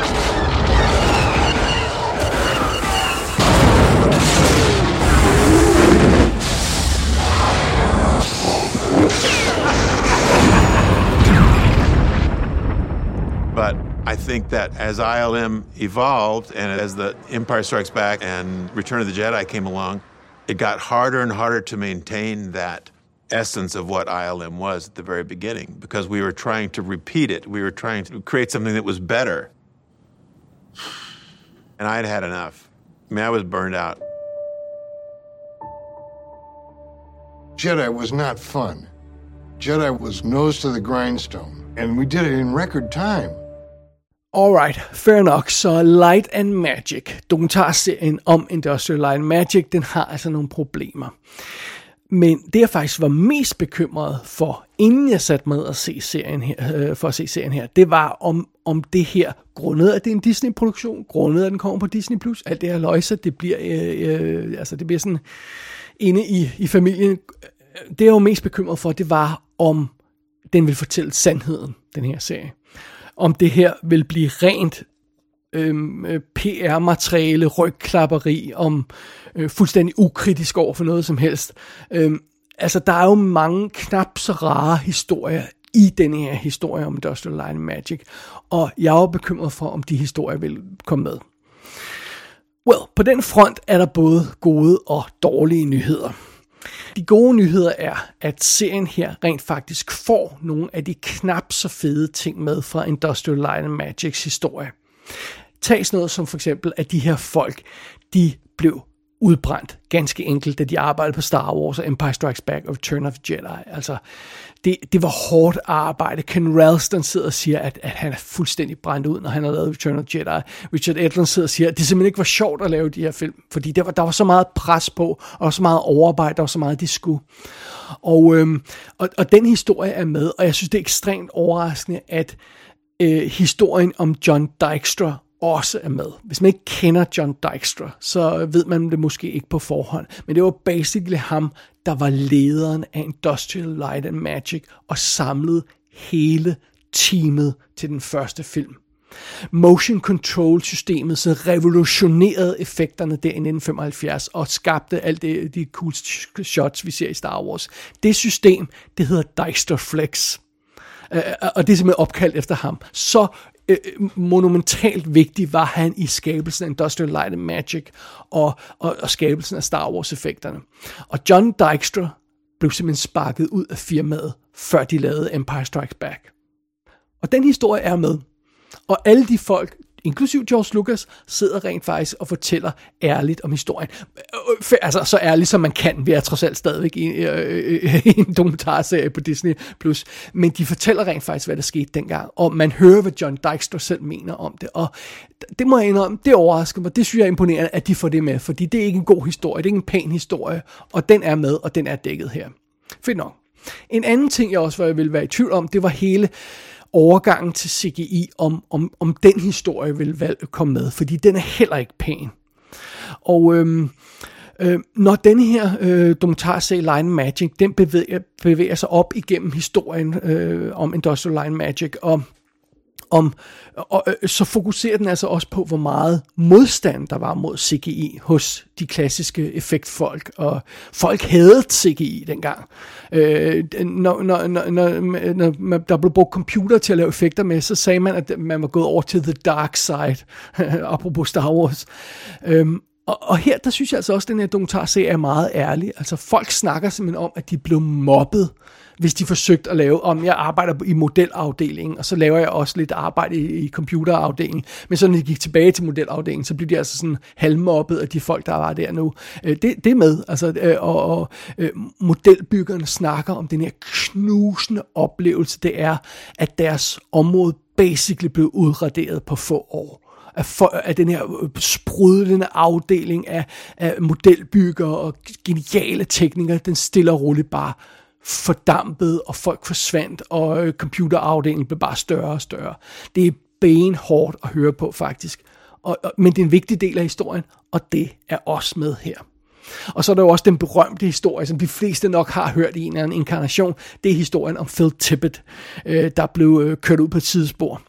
But I think that as ILM evolved and as the Empire Strikes Back and Return of the Jedi came along, it got harder and harder to maintain that essence of what ILM was at the very beginning because we were trying to repeat it. We were trying to create something that was better. And I'd had enough. I mean, I was burned out. Jedi was not fun. Jedi was nose to the grindstone, and we did it in record time. Alright, fair nok. Så Light and Magic, dokumentarserien om Industrial Light and Magic, den har altså nogle problemer. Men det jeg faktisk var mest bekymret for, inden jeg satte mig ned og se serien her, det var om det her, grundet at det er en Disney-produktion, grundet at den kommer på Disney+, alt det her løjse, det bliver, det bliver sådan inde i familien. Det jeg var mest bekymret for, det var om den vil fortælle sandheden, den her serie. Om det her vil blive rent PR-materiale, rygklapperi, om fuldstændig ukritisk over for noget som helst. Der er jo mange knap så rare historier i denne her historie om Industrial Light and Magic, og jeg var bekymret for, om de historier vil komme med. På den front er der både gode og dårlige nyheder. De gode nyheder er, at serien her rent faktisk får nogle af de knap så fede ting med fra Industrial Light and Magics historie. Tag sådan noget som for eksempel, at de her folk, de blev udbrændt ganske enkelt, da de arbejdede på Star Wars og Empire Strikes Back og Return of the Jedi. Altså, det var hårdt arbejde. Ken Ralston sidder og siger, at han er fuldstændig brændt ud, når han har lavet Return of the Jedi. Richard Edlund sidder og siger, at det simpelthen ikke var sjovt at lave de her film, fordi der var så meget pres på, og så meget overarbejde, der var så meget, de skulle. Og den historie er med, og jeg synes, det er ekstremt overraskende, at historien om John Dykstra også er med. Hvis man ikke kender John Dykstra, så ved man det måske ikke på forhånd. Men det var basically ham, der var lederen af Industrial Light and Magic og samlede hele teamet til den første film. Motion control systemet så revolutionerede effekterne der i 1975 og skabte alt det, de cool shots, vi ser i Star Wars. Det system, det hedder Dykstra Flex. Og det er simpelthen opkaldt efter ham. Så monumentalt vigtig var han i skabelsen af Industrial Light and Magic og skabelsen af Star Wars effekterne. Og John Dykstra blev simpelthen sparket ud af firmaet, før de lavede Empire Strikes Back. Og den historie er med. Og alle de folk inklusiv George Lucas, sidder rent faktisk og fortæller ærligt om historien. Altså så ærligt som man kan. Vi er trods alt stadigvæk i en dokumentarserie på Disney+. Men de fortæller rent faktisk, hvad der skete dengang. Og man hører, hvad John Dykstra selv mener om det. Og det må jeg indrømme, det overrasker mig. Det synes jeg er imponerende, at de får det med. Fordi det er ikke en god historie, det er ikke en pæn historie. Og den er med, og den er dækket her. Fedt nok. En anden ting, jeg også ville være i tvivl om, det var hele overgangen til CGI, om den historie vil komme med, fordi den er heller ikke pæn. Og når denne her dokumentarserie Light and Magic, den bevæger sig op igennem historien om Industrial Light and Magic, så fokuserer den altså også på, hvor meget modstand der var mod CGI hos de effektfolk, og folk hadede CGI dengang. Når der blev brugt computer til at lave effekter med, så sagde man, at man var gået over til the dark side, apropos Star Wars. Og her, der synes jeg altså også, at den her dokumentarserie er meget ærlig. Altså folk snakker simpelthen om, at de blev mobbet, hvis de forsøgte at lave, jeg arbejder i modelafdelingen, og så laver jeg også lidt arbejde i computerafdelingen. Men så når de gik tilbage til modelafdelingen, så blev de altså sådan halvmobbet af de folk, der var der nu. Det er med, altså, og modelbyggerne snakker om den her knusende oplevelse, det er, at deres område basically blev udraderet på få år. Af den her sprudlende afdeling af modelbyggere og geniale teknikere, den stille og roligt bare fordampet, og folk forsvandt, og computerafdelingen blev bare større og større. Det er benhårdt at høre på, faktisk. Men det er en vigtig del af historien, og det er også med her. Og så er der jo også den berømte historie, som de fleste nok har hørt i en eller anden inkarnation. Det er historien om Phil Tippett, der blev kørt ud på et sidespor.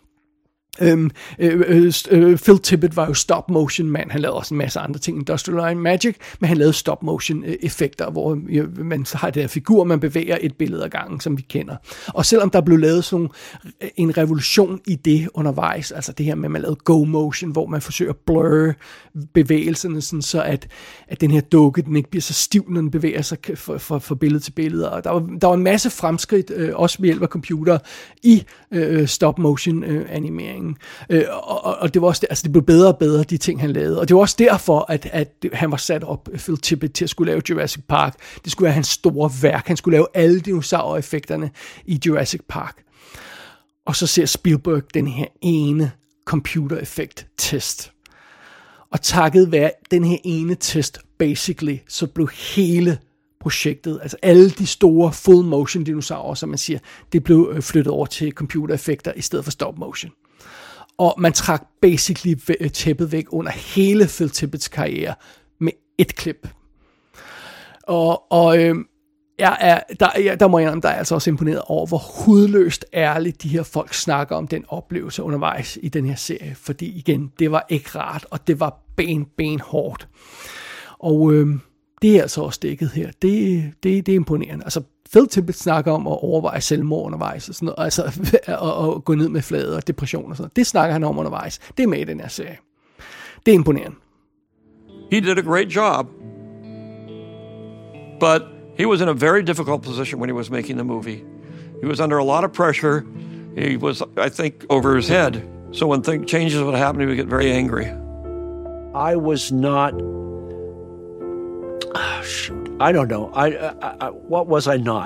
Phil Tippett var jo stop motion mand. Han lavede også en masse andre ting, Industrial Light and Magic, men han lavede stop motion effekter, hvor man så har det her figur, man bevæger et billede ad gangen, som vi kender. Og selvom der blev lavet sådan en revolution i det undervejs, altså det her med, at man lavede go motion, hvor man forsøger at blurre bevægelserne, sådan så at den her dukke, den ikke bliver så stiv, når den bevæger sig fra billede til billede. Og der var en masse fremskridt, også ved hjælp af computer, i stop motion animering. Og det var også det, altså det blev bedre og bedre, de ting han lavede, og det var også derfor, at han var sat op, Phil Tippett, til at skulle lave Jurassic Park. Det skulle være hans store værk. Han skulle lave alle dinosaureffekterne i Jurassic Park. Og så ser Spielberg den her ene computereffekt-test. Og takket være den her ene test, basically, så blev hele projektet, altså alle de store full motion dinosaurer, som man siger, det blev flyttet over til computereffekter i stedet for stop motion. Og man trak basically tæppet væk under hele Phil Tippetts karriere med et klip. Der må jeg indrømme, der er altså også imponeret over, hvor hudløst ærligt de her folk snakker om den oplevelse undervejs i den her serie. Fordi igen, det var ikke rart, og det var benhårdt. Og det er altså også dækket her. Det er imponerende. Altså, Phil Tippett snakker om at overveje selvmord undervejs og sådan noget, altså at gå ned med flaget og depression og sådan noget. Det snakker han om undervejs. Det er med i den her serie. Det er imponerende. He did a great job, but he was in a very difficult position when he was making the movie. He was under a lot of pressure. He was, I think, over his head. So when changes would happen, he would get very angry. I was not... I don't know. What was I not?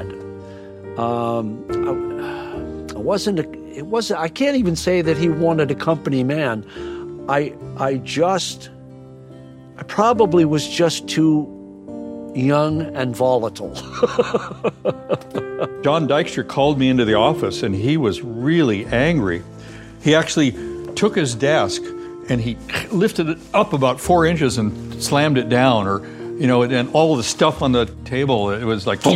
I wasn't. It wasn't. I can't even say that he wanted a company man. I probably was just too young and volatile. John Dykstra called me into the office, and he was really angry. He actually took his desk and he lifted it up about 4 inches and slammed it down, or. You know, and all of the stuff on the table, it was like...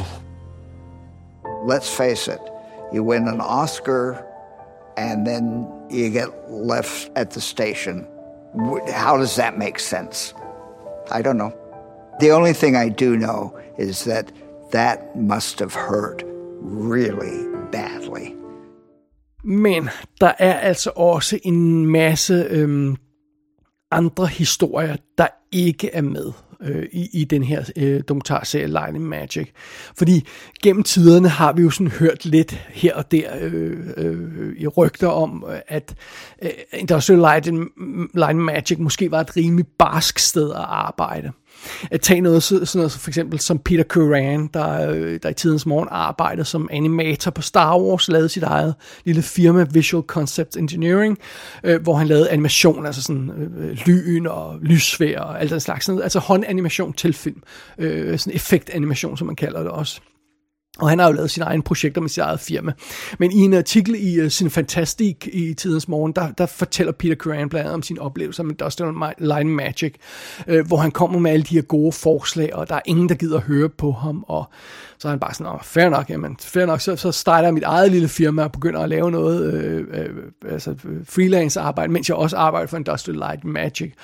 Let's face it, you win an Oscar and then you get left at the station. How does that make sense? I don't know. The only thing I do know is that must have hurt really badly. Men der er altså også en masse andre historier, der ikke er med. i den her dokumentarserie Light & Magic. Fordi gennem tiderne har vi jo sådan hørt lidt her og der i rygter om, at Industrial Light & Magic måske var et rimelig barsk sted at arbejde. At tage noget sådan noget for eksempel som Peter Curran, der i tidens morgen arbejdede som animator på Star Wars, lavede sit eget lille firma Visual Concept Engineering, hvor han lavede animation, altså sådan lyn og lyssfære og alt den slags, altså håndanimation til film, sådan effektanimation, som man kalder det også. Og han har jo lavet sine egne projekter med sit eget firma. Men i en artikel i sin Fantastic i tidens morgen, der fortæller Peter Curran blandt andet om sin oplevelse med Industrial Light & Magic, hvor han kommer med alle de her gode forslag, og der er ingen, der gider at høre på ham, og så er han bare sådan, fair nok, så starter jeg mit eget lille firma og begynder at lave noget altså freelance arbejde, mens jeg også arbejder for Industrial Light & Magic.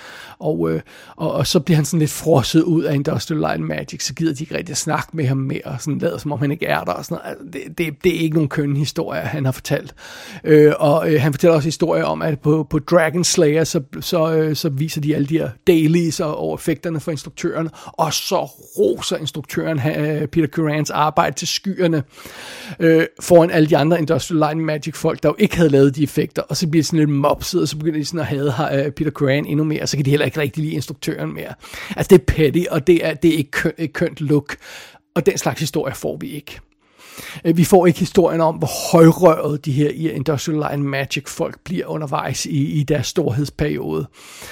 Og så bliver han sådan lidt frosset ud af Industrial Light & Magic, så gider de ikke rigtig at snakke med ham mere, og sådan lader som om han ikke er der, og sådan noget. Det er ikke nogen kønne historie, han har fortalt. Han fortæller også historier om, at på Dragon Slayer, så viser de alle de her dailies og effekterne for instruktøren, og så roser instruktøren Peter Currans arbejde til skyerne foran alle de andre Industrial Light & Magic folk, der jo ikke havde lavet de effekter, og så bliver det sådan lidt mopset, og så begynder de sådan at hade Peter Curran endnu mere, og så kan de heller ikke rigtig lide instruktøren mere. Altså det er petty, og det er ikke et kønt look, og den slags historie får vi ikke. Vi får ikke historien om, hvor højrøret de her Industrial Light & Magic folk bliver undervejs i deres storhedsperiode.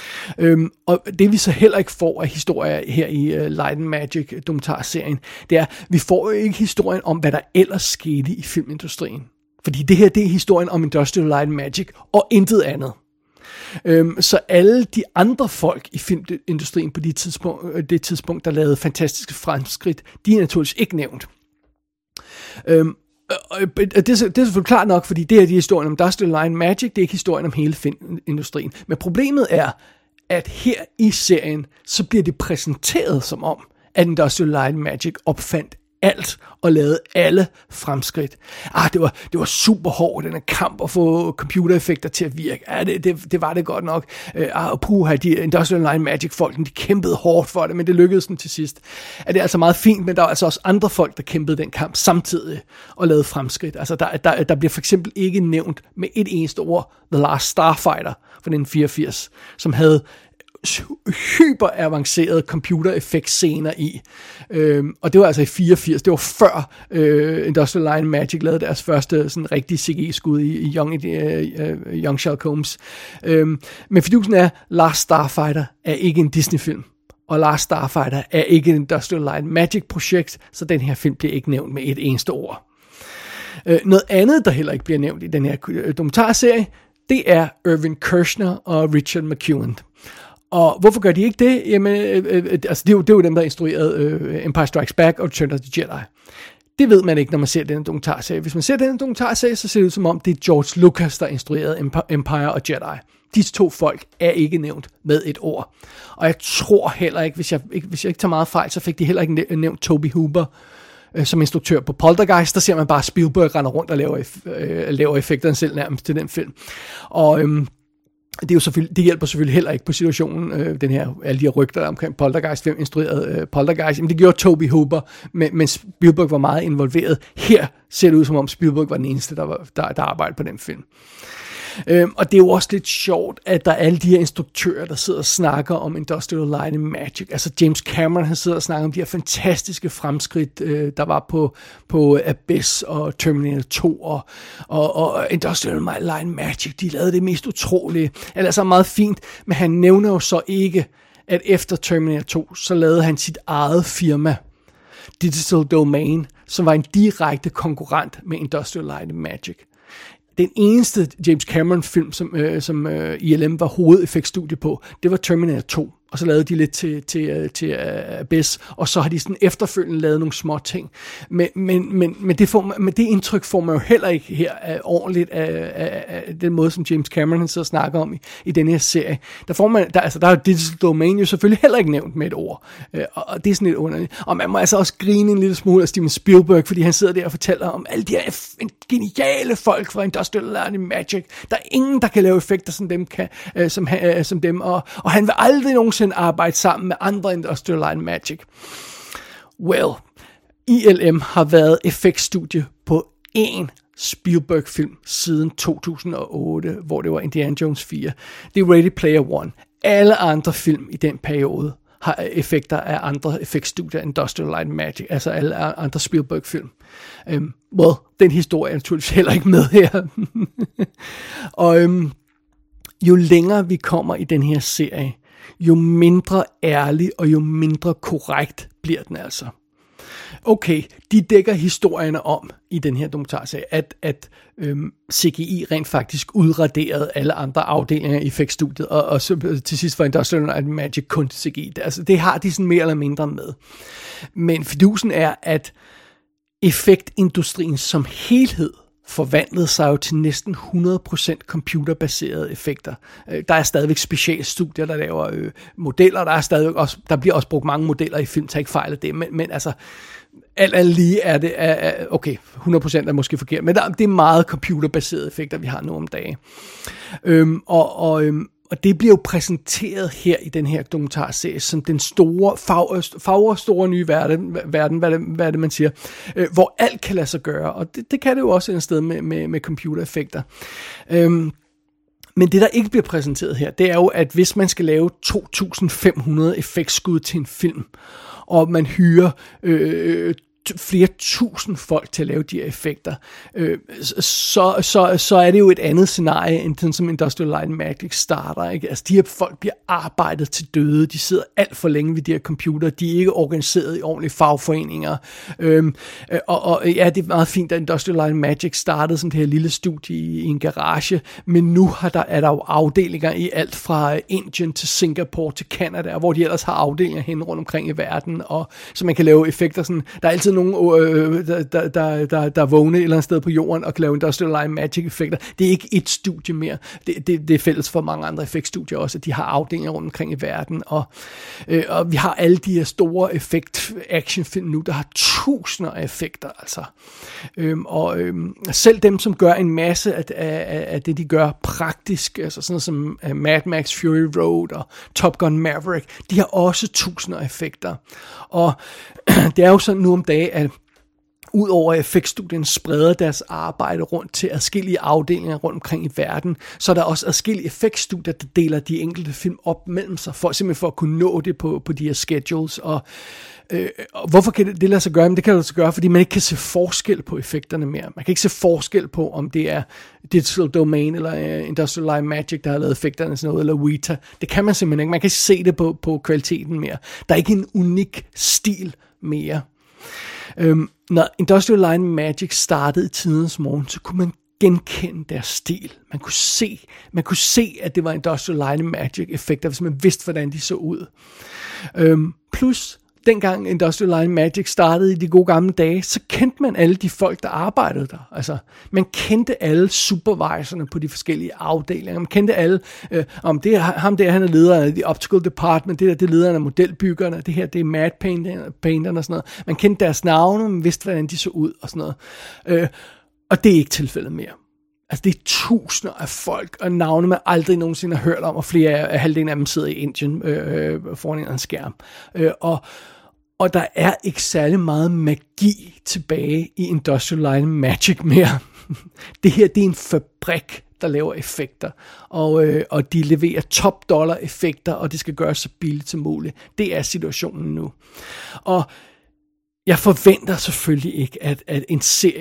Og det vi så heller ikke får af historier her i Light & Magic dokumentarserien, det er, vi får jo ikke historien om, hvad der ellers skete i filmindustrien. Fordi det her, det er historien om Industrial Light & Magic og intet andet. Så alle de andre folk i filmindustrien på det tidspunkt, der lavede fantastiske fremskridt, de er naturligvis ikke nævnt. Det er selvfølgelig klart nok, fordi det er de historien om Industrial Light & Magic, det er ikke historien om hele filmindustrien. Men problemet er, at her i serien, så bliver det præsenteret som om, at Industrial Light & Magic opfandt alt og lavede alle fremskridt. Det var super hårdt, den her kamp at få computereffekter til at virke. Det var det godt nok. De Industrial Light & Magic folkene, de kæmpede hårdt for det, men det lykkedes dem til sidst. Det er altså meget fint, men der var altså også andre folk, der kæmpede den kamp samtidig og lavede fremskridt. Altså der bliver for eksempel ikke nævnt med et eneste ord The Last Starfighter fra 1984, som havde hyper avancerede computereffektscener i. Og det var altså i 84. Det var før Industrial Light & Magic lavede deres første sådan rigtige CGI-skud i Young Sherlock Holmes. Men fidusen er, Last Starfighter er ikke en Disney-film. Og Last Starfighter er ikke en Industrial Light & Magic-projekt, så den her film bliver ikke nævnt med et eneste ord. Noget andet, der heller ikke bliver nævnt i den her dokumentarserie, det er Irvin Kershner og Richard McEwan. Og hvorfor gør de ikke det? Jamen, altså det er jo dem, der instruerede Empire Strikes Back og Return of the Jedi. Det ved man ikke, når man ser den dokumentarserie. Hvis man ser den dokumentarserie, så ser det ud som om, det er George Lucas, der instruerede Empire og Jedi. Disse to folk er ikke nævnt med et ord. Og jeg tror heller ikke, hvis jeg ikke tager meget fejl, så fik de heller ikke nævnt Tobe Hooper som instruktør på Poltergeist. Der ser man bare Spielberg render rundt og laver effekterne selv nærmest til den film. Og det hjælper selvfølgelig heller ikke på situationen, alle de her rygter omkring Poltergeist, hvem instruerede Poltergeist. Men det gjorde Tobe Hooper, men Spielberg var meget involveret. Her ser det ud som om Spielberg var den eneste, der arbejdede på den film. Og det er jo også lidt sjovt, at der er alle de her instruktører, der sidder og snakker om Industrial Light & Magic. Altså James Cameron, han sidder og snakker om de her fantastiske fremskridt, der var på Abyss og Terminator 2 og Industrial Light & Magic. De lavede det mest utrolige. Altså meget fint, men han nævner jo så ikke, at efter Terminator 2, så lavede han sit eget firma, Digital Domain, som var en direkte konkurrent med Industrial Light & Magic. Den eneste James Cameron film, som ILM var hovedeffektstudie på, det var Terminator 2. Og så lavede de lidt til Abyss, og så har de sådan efterfølgende lavet nogle små ting. Men det indtryk får man jo heller ikke her ordentligt af den måde, som James Cameron så snakker om i denne her serie. Der er jo Digital Domain jo selvfølgelig heller ikke nævnt med et ord. Og det er sådan lidt underligt. Og man må altså også grine en lille smule af Steven Spielberg, fordi han sidder der og fortæller om alle de her geniale folk fra Industrial Light & Magic. Der er ingen, der kan lave effekter som dem, og han vil aldrig nogensinde nogensinde arbejde sammen med andre Industrial Light and Magic? Well, ILM har været effektstudie på én Spielberg-film siden 2008, hvor det var Indiana Jones 4. Det er Ready Player One. Alle andre film i den periode har effekter af andre effektstudier, Industrial Light and Magic, altså alle andre Spielberg-film. Den historie er naturligvis heller ikke med her. Og jo længere vi kommer i den her serie, jo mindre ærlig og jo mindre korrekt bliver den altså. Okay, de dækker historierne om i den her dokumentarserie, at CGI rent faktisk udraderede alle andre afdelinger i effektstudiet, og så til sidst var Industrial Light and Magic kun til CGI. Altså, det har de sådan mere eller mindre med. Men fidusen er, at effektindustrien som helhed forvandlede sig jo til næsten 100% computerbaserede effekter. Der er stadigvæk specialstudier, der laver modeller, der bliver også brugt mange modeller i film, tag ikke fejl af det, men altså alt lige er det, okay, 100% er måske forkert, men det er meget computerbaserede effekter, vi har nu om dagen. Og det bliver jo præsenteret her i den her dokumentarserie som den store, store nye verden, hvad er det man siger, hvor alt kan lade sig gøre, og det kan det jo også et sted med computereffekter. Men det, der ikke bliver præsenteret her, det er jo, at hvis man skal lave 2.500 effektskud til en film, og man hyrer flere tusind folk til at lave de her effekter, så er det jo et andet scenarie, end den som Industrial Light and Magic starter. Ikke? Altså, de her folk bliver arbejdet til døde, de sidder alt for længe ved de her computer, de er ikke organiseret i ordentlige fagforeninger. Og ja, det er meget fint, at Industrial Light and Magic startede som det her lille studie i en garage, men nu er der jo afdelinger i alt fra Indien til Singapore til Canada, hvor de ellers har afdelinger hen rundt omkring i verden, og så man kan lave effekter sådan, der er altid nogen, der er vågne et eller andet sted på jorden og kan lave Industrial Light and Magic effekter. Det er ikke et studie mere. Det er fælles for mange andre effektstudier også, at de har afdelinger rundt omkring i verden, og vi har alle de her store actionfilm nu, der har tusinder af effekter, altså. Selv dem, som gør en masse af det, de gør praktisk, altså sådan som Mad Max Fury Road og Top Gun Maverick, de har også tusinder af effekter. Og det er jo sådan nu om dagen, at udover at effektstudien spreder deres arbejde rundt til adskillige afdelinger rundt omkring i verden, så er der også adskillige effektstudier, der deler de enkelte film op mellem sig, simpelthen for at kunne nå det på de her schedules. Og hvorfor kan det lade sig gøre? Men det kan det lade sig gøre, fordi man ikke kan se forskel på effekterne mere. Man kan ikke se forskel på, om det er Digital Domain eller Industrial Light and Magic, der har lavet effekterne sådan noget, eller Weta. Det kan man simpelthen ikke. Man kan ikke se det på kvaliteten mere. Der er ikke en unik stil mere. Når Industrial Light and Magic startede i tidens morgen, så kunne man genkende deres stil. Man kunne se, at det var Industrial Light and Magic effekter, hvis man vidste, hvordan de så ud. Plus, dengang Industrial Light and Magic startede i de gode gamle dage, så kendte man alle de folk, der arbejdede der. Altså, man kendte alle supervisorerne på de forskellige afdelinger. Man kendte alle, om det er ham der, han er lederen af The Optical Department, det er lederen af modelbyggerne, det her, det er Mad Painterne og sådan noget. Man kendte deres navne, man vidste, hvordan de så ud og sådan noget. Og det er ikke tilfældet mere. Altså, det er tusinder af folk, og navne man aldrig nogensinde har hørt om, og halvdelen af dem sidder i Indien foran en skærm. Og der er ikke særlig meget magi tilbage i Industrial Light and Magic mere. Det her, det er en fabrik, der laver effekter, og de leverer top dollar effekter, og det skal gøres så billigt som muligt. Det er situationen nu. Og jeg forventer selvfølgelig ikke, at en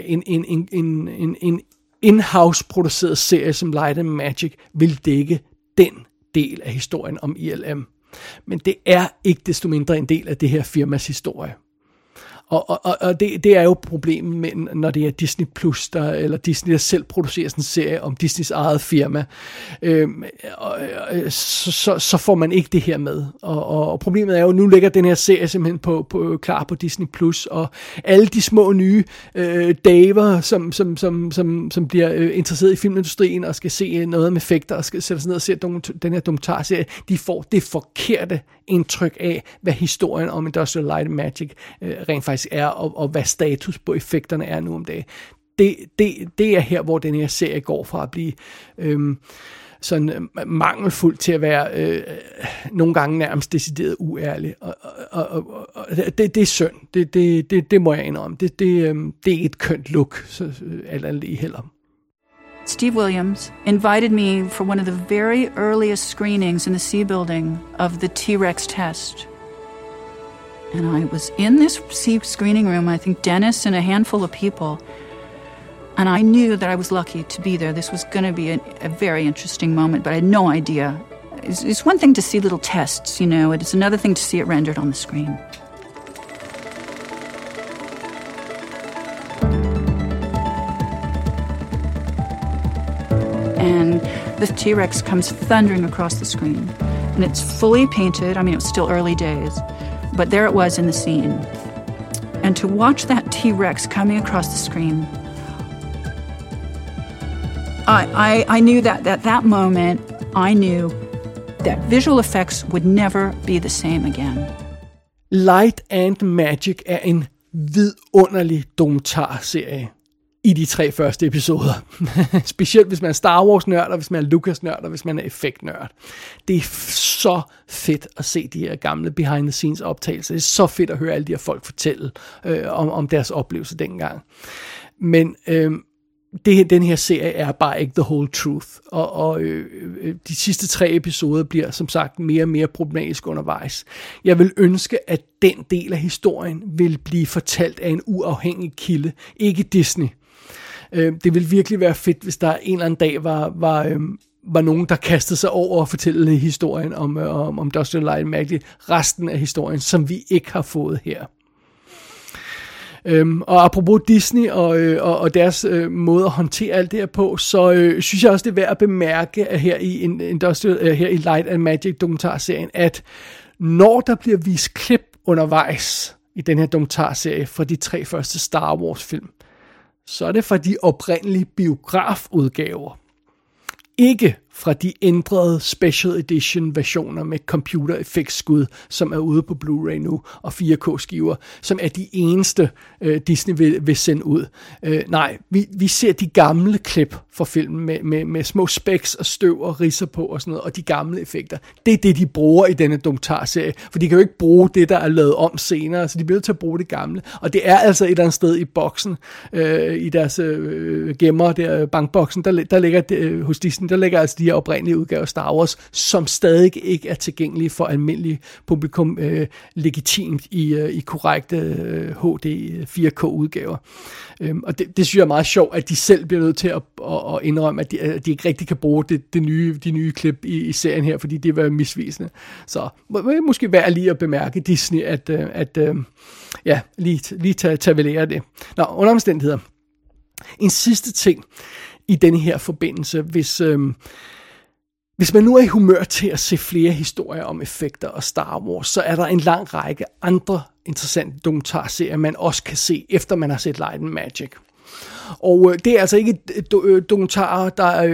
in-house produceret serie som Light and Magic vil dække den del af historien om ILM. Men det er ikke desto mindre en del af det her firmas historie. Og det er jo problemet med, når det er Disney Plus, eller Disney, der selv producerer sådan en serie om Disneys eget firma, så får man ikke det her med. Og problemet er jo, nu ligger den her serie simpelthen klar på Disney Plus, og alle de små nye daver, som bliver interesseret i filmindustrien, og skal se noget med effekter, og skal sætte sig ned og se den her dokumentarserie, de får det forkerte indtryk af, hvad historien om Industrial Light and Magic rent faktisk er, og hvad status på effekterne er nu om dagen. Det er her, hvor den her serie går fra at blive sådan mangelfuld til at være nogle gange nærmest decideret uærlig. Og det er synd. Det må jeg indrømme. Det er ikke et kønt look, så alt andet lige heller. Steve Williams invited me for one of the very earliest screenings in the C building of the T-Rex test. And I was in this C screening room, I think Dennis and a handful of people, and I knew that I was lucky to be there. This was going to be a very interesting moment, but I had no idea. It's one thing to see little tests, you know, it's another thing to see it rendered on the screen. And the T-Rex comes thundering across the screen. And it's fully painted. I mean, it was still early days. But there it was in the scene. And to watch that T-Rex coming across the screen, I knew that at that moment, I knew that visual effects would never be the same again. Light and Magic er en vidunderlig dokumentarserie i de 3 første episoder. Specielt hvis man er Star Wars-nørd, og hvis man er Lucas-nørd, og hvis man er effekt-nørd. Det er så fedt at se de her gamle behind-the-scenes optagelser. Det er så fedt at høre alle de her folk fortælle om deres oplevelser dengang. Men den her serie er bare ikke the whole truth. Og de sidste 3 episoder bliver som sagt mere og mere problematisk undervejs. Jeg vil ønske, at den del af historien vil blive fortalt af en uafhængig kilde, ikke Disney. Det vil virkelig være fedt, hvis der en eller anden dag var nogen, der kastede sig over og fortælle historien om Industrial Light and Magic, resten af historien, som vi ikke har fået her. Og apropos Disney og deres måde at håndtere alt det her på, så synes jeg også, det er værd at bemærke at her i Light and Magic dokumentarserien, at når der bliver vist klip undervejs i den her dokumentarserie fra de 3 første Star Wars film, så er det fra de oprindelige biografudgaver. Ikke fra de ændrede special edition versioner med computereffektskud, som er ude på Blu-ray nu, og 4K-skiver, som er de eneste Disney vil sende ud. Nej, vi ser de gamle klip fra filmen med små specks og støv og ridser på og sådan noget, og de gamle effekter. Det er det, de bruger i denne dokumentarserie, for de kan jo ikke bruge det, der er lavet om senere, så de bliver nødt til at bruge det gamle. Og det er altså et eller andet sted i boksen, i deres gemmer, der bankboksen, der ligger hos Disney, der ligger altså de her oprindelige udgaver af Star Wars, som stadig ikke er tilgængelige for almindelig publikum legitimt i korrekte HD 4K-udgaver. Og det synes jeg er meget sjovt, at de selv bliver nødt til at indrømme, at de ikke rigtig kan bruge de nye klip i serien her, fordi det var misvisende. Så måske værd lige at bemærke Disney, at lige tage vel af det. Nå, under omstændigheder. En sidste ting i denne her forbindelse, hvis man nu er i humør til at se flere historier om effekter og Star Wars, så er der en lang række andre interessante dokumentarserier, man også kan se, efter man har set Light and Magic. Og det er altså ikke dokumentarer,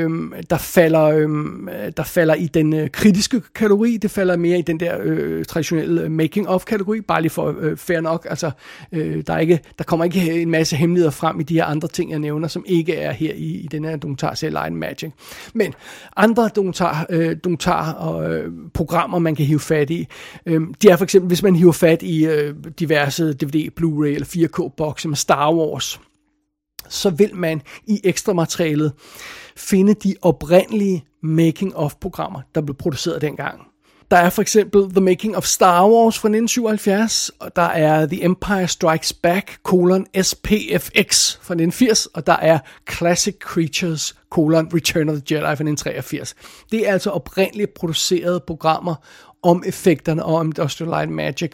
der falder i den kritiske kategori. Det falder mere i den der traditionelle making-of-kategori, bare lige for fair nok. Altså, der kommer ikke en masse hemmeligheder frem i de her andre ting, jeg nævner, som ikke er her i den her dokumentarserie Light and Magic. Men andre dokumentarer og programmer, man kan hive fat i, de er for eksempel, hvis man hiver fat i diverse DVD, Blu-ray eller 4K-bokse med Star Wars, så vil man i ekstra materialet finde de oprindelige making-of-programmer, der blev produceret dengang. Der er for eksempel The Making of Star Wars fra 1977, og der er The Empire Strikes Back, SPFX fra 1980, og der er Classic Creatures, Return of the Jedi fra 1983. Det er altså oprindeligt producerede programmer om effekterne og om Industrial Light and Magic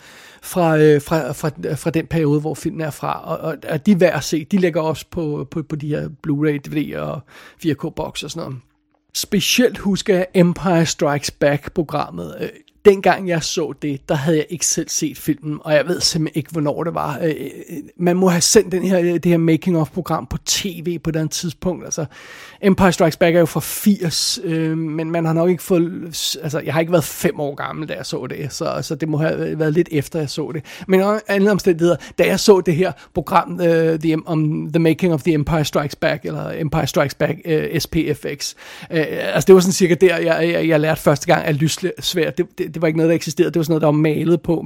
fra den periode, hvor filmen er fra. Og de er værd at se. De ligger også på de her Blu-ray, DVD og 4K-box og sådan noget. Specielt husker jeg Empire Strikes Back-programmet. dengang jeg så det, der havde jeg ikke selv set filmen, og jeg ved simpelthen ikke, hvornår det var. Man må have sendt det her making-of-program på tv på den tidspunkt. Altså, Empire Strikes Back er jo fra 80, men man har nok ikke fået... Altså, jeg har ikke været 5 år gammel, da jeg så det, så det må have været lidt efter, jeg så det. Men under andre omstændigheder, da jeg så det her program, The Making of the Empire Strikes Back, eller Empire Strikes Back SPFX, altså det var sådan cirka der, jeg lærte første gang, at lyssvær, det var ikke noget, der eksisterede. Det var sådan noget, der var malet på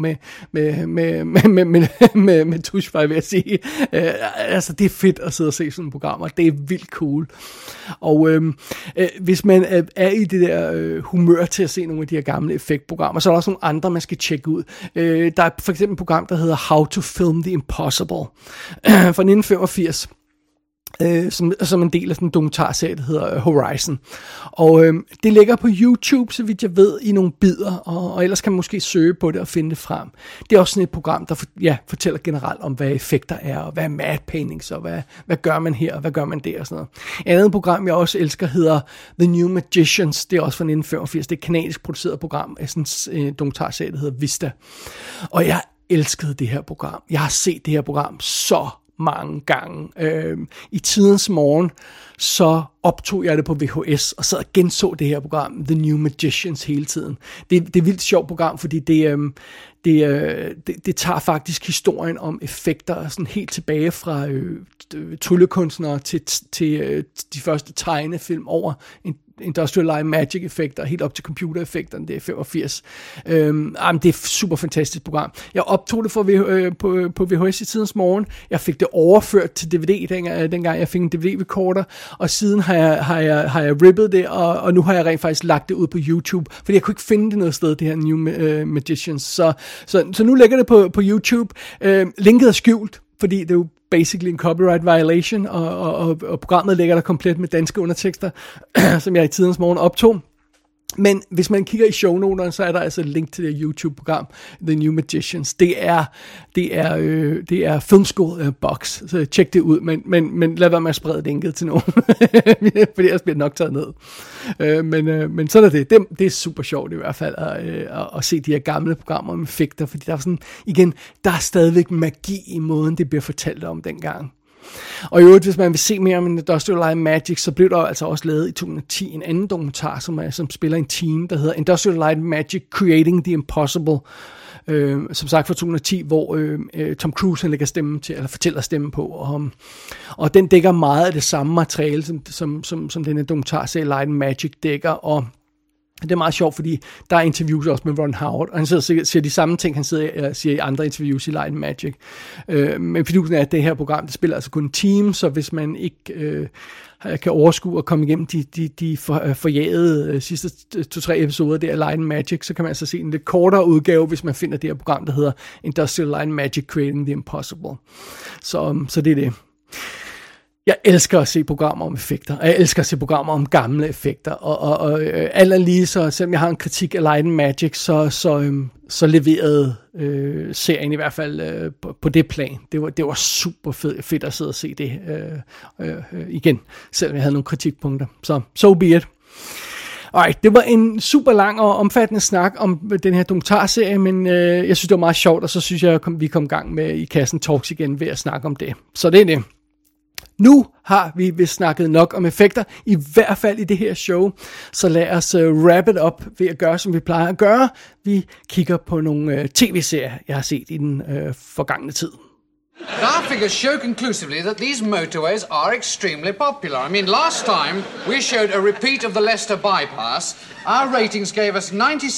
med tuschfejl, vil jeg sige. Altså, det er fedt at sidde og se sådan et program, og det er vildt cool. Og hvis man er i det der humør til at se nogle af de her gamle effektprogrammer, så er der også nogle andre, man skal tjekke ud. Der er for eksempel et program, der hedder How to Film the Impossible fra 1985. Som en del af sådan en dokumentarserie, der hedder Horizon. Og det ligger på YouTube, så vidt jeg ved, i nogle bidder, og ellers kan man måske søge på det og finde det frem. Det er også sådan et program, der fortæller generelt om, hvad effekter er, og hvad er matte paintings, og hvad gør man her, og hvad gør man der, og sådan noget. Et andet program, jeg også elsker, hedder The New Magicians. Det er også fra 1985. Det er et kanadisk produceret program af sådan en dokumentarserie, der hedder Vista. Og jeg elskede det her program. Jeg har set det her program så mange gange. I tidens morgen, så optog jeg det på VHS, og så genså det her program, The New Magicians, hele tiden. Det er et vildt sjovt program, fordi det tager faktisk historien om effekter, sådan helt tilbage fra tryllekunstnere til de første tegnefilm over Industrial Light Magic effekter, helt op til computereffekterne, det er 85. Det er et super fantastisk program. Jeg optog det på VHS i tidens morgen. Jeg fik det overført til DVD, dengang jeg fik en DVD-recorder, og siden har jeg rippet det, og nu har jeg rent faktisk lagt det ud på YouTube, fordi jeg kunne ikke finde det noget sted, det her New Magicians. Så nu ligger det på YouTube. Linket er skjult, fordi det er jo basically en copyright violation, og programmet ligger der komplet med danske undertekster, som jeg i tidens morgen optog. Men hvis man kigger i shownoterne, så er der altså et link til det YouTube-program, The New Magicians. Det er Film School Box, så tjek det ud, men lad være med at sprede linket til nogen, fordi ellers bliver det nok taget ned. Men så er det. Det er super sjovt i hvert fald at se de her gamle programmer med effekter, fordi der er sådan, igen, der er stadigvæk magi i måden, det bliver fortalt om dengang. Og i øvrigt, hvis man vil se mere om Industrial Light Magic, så blev der altså også lavet i 2010 en anden dokumentar, som spiller en team, der hedder Industrial Light Magic Creating the Impossible. Som sagt fra 2010, hvor Tom Cruise han lægger stemme til, eller fortæller stemme på, og den dækker meget af det samme materiale, som den her dokumentarserie Light Magic dækker, og det er meget sjovt, fordi der er interviews også med Ron Howard, og han siger de samme ting, han siger i andre interviews i Light Magic. Men fidusen er, at det her program, det spiller altså kun en team, så hvis man ikke kan overskue at komme igennem de forjagede sidste 2-3 episoder der af Light Magic, så kan man altså se en lidt kortere udgave, hvis man finder det her program, der hedder Industrial Light Magic Creating the Impossible. Så det er det. Jeg elsker at se programmer om effekter, og jeg elsker at se programmer om gamle effekter, og alt lige så, selvom jeg har en kritik af Light Magic, så leverede serien i hvert fald på det plan. Det var super fedt at sidde og se det igen, selvom jeg havde nogle kritikpunkter. So be it. Alright, det var en super lang og omfattende snak om den her dokumentarserie, men jeg synes, det var meget sjovt, og så synes jeg, vi kom i gang med i Kassen Talks igen ved at snakke om det. Så det er det. Nu har vi vist snakket nok om effekter, i hvert fald i det her show, så lad os wrap it up ved at gøre, som vi plejer at gøre. Vi kigger på nogle tv-serier, jeg har set i den forgangne tid. Our figures show conclusively that these motorways are extremely popular. I mean, last time we showed a repeat of the Leicester bypass. Our ratings gave us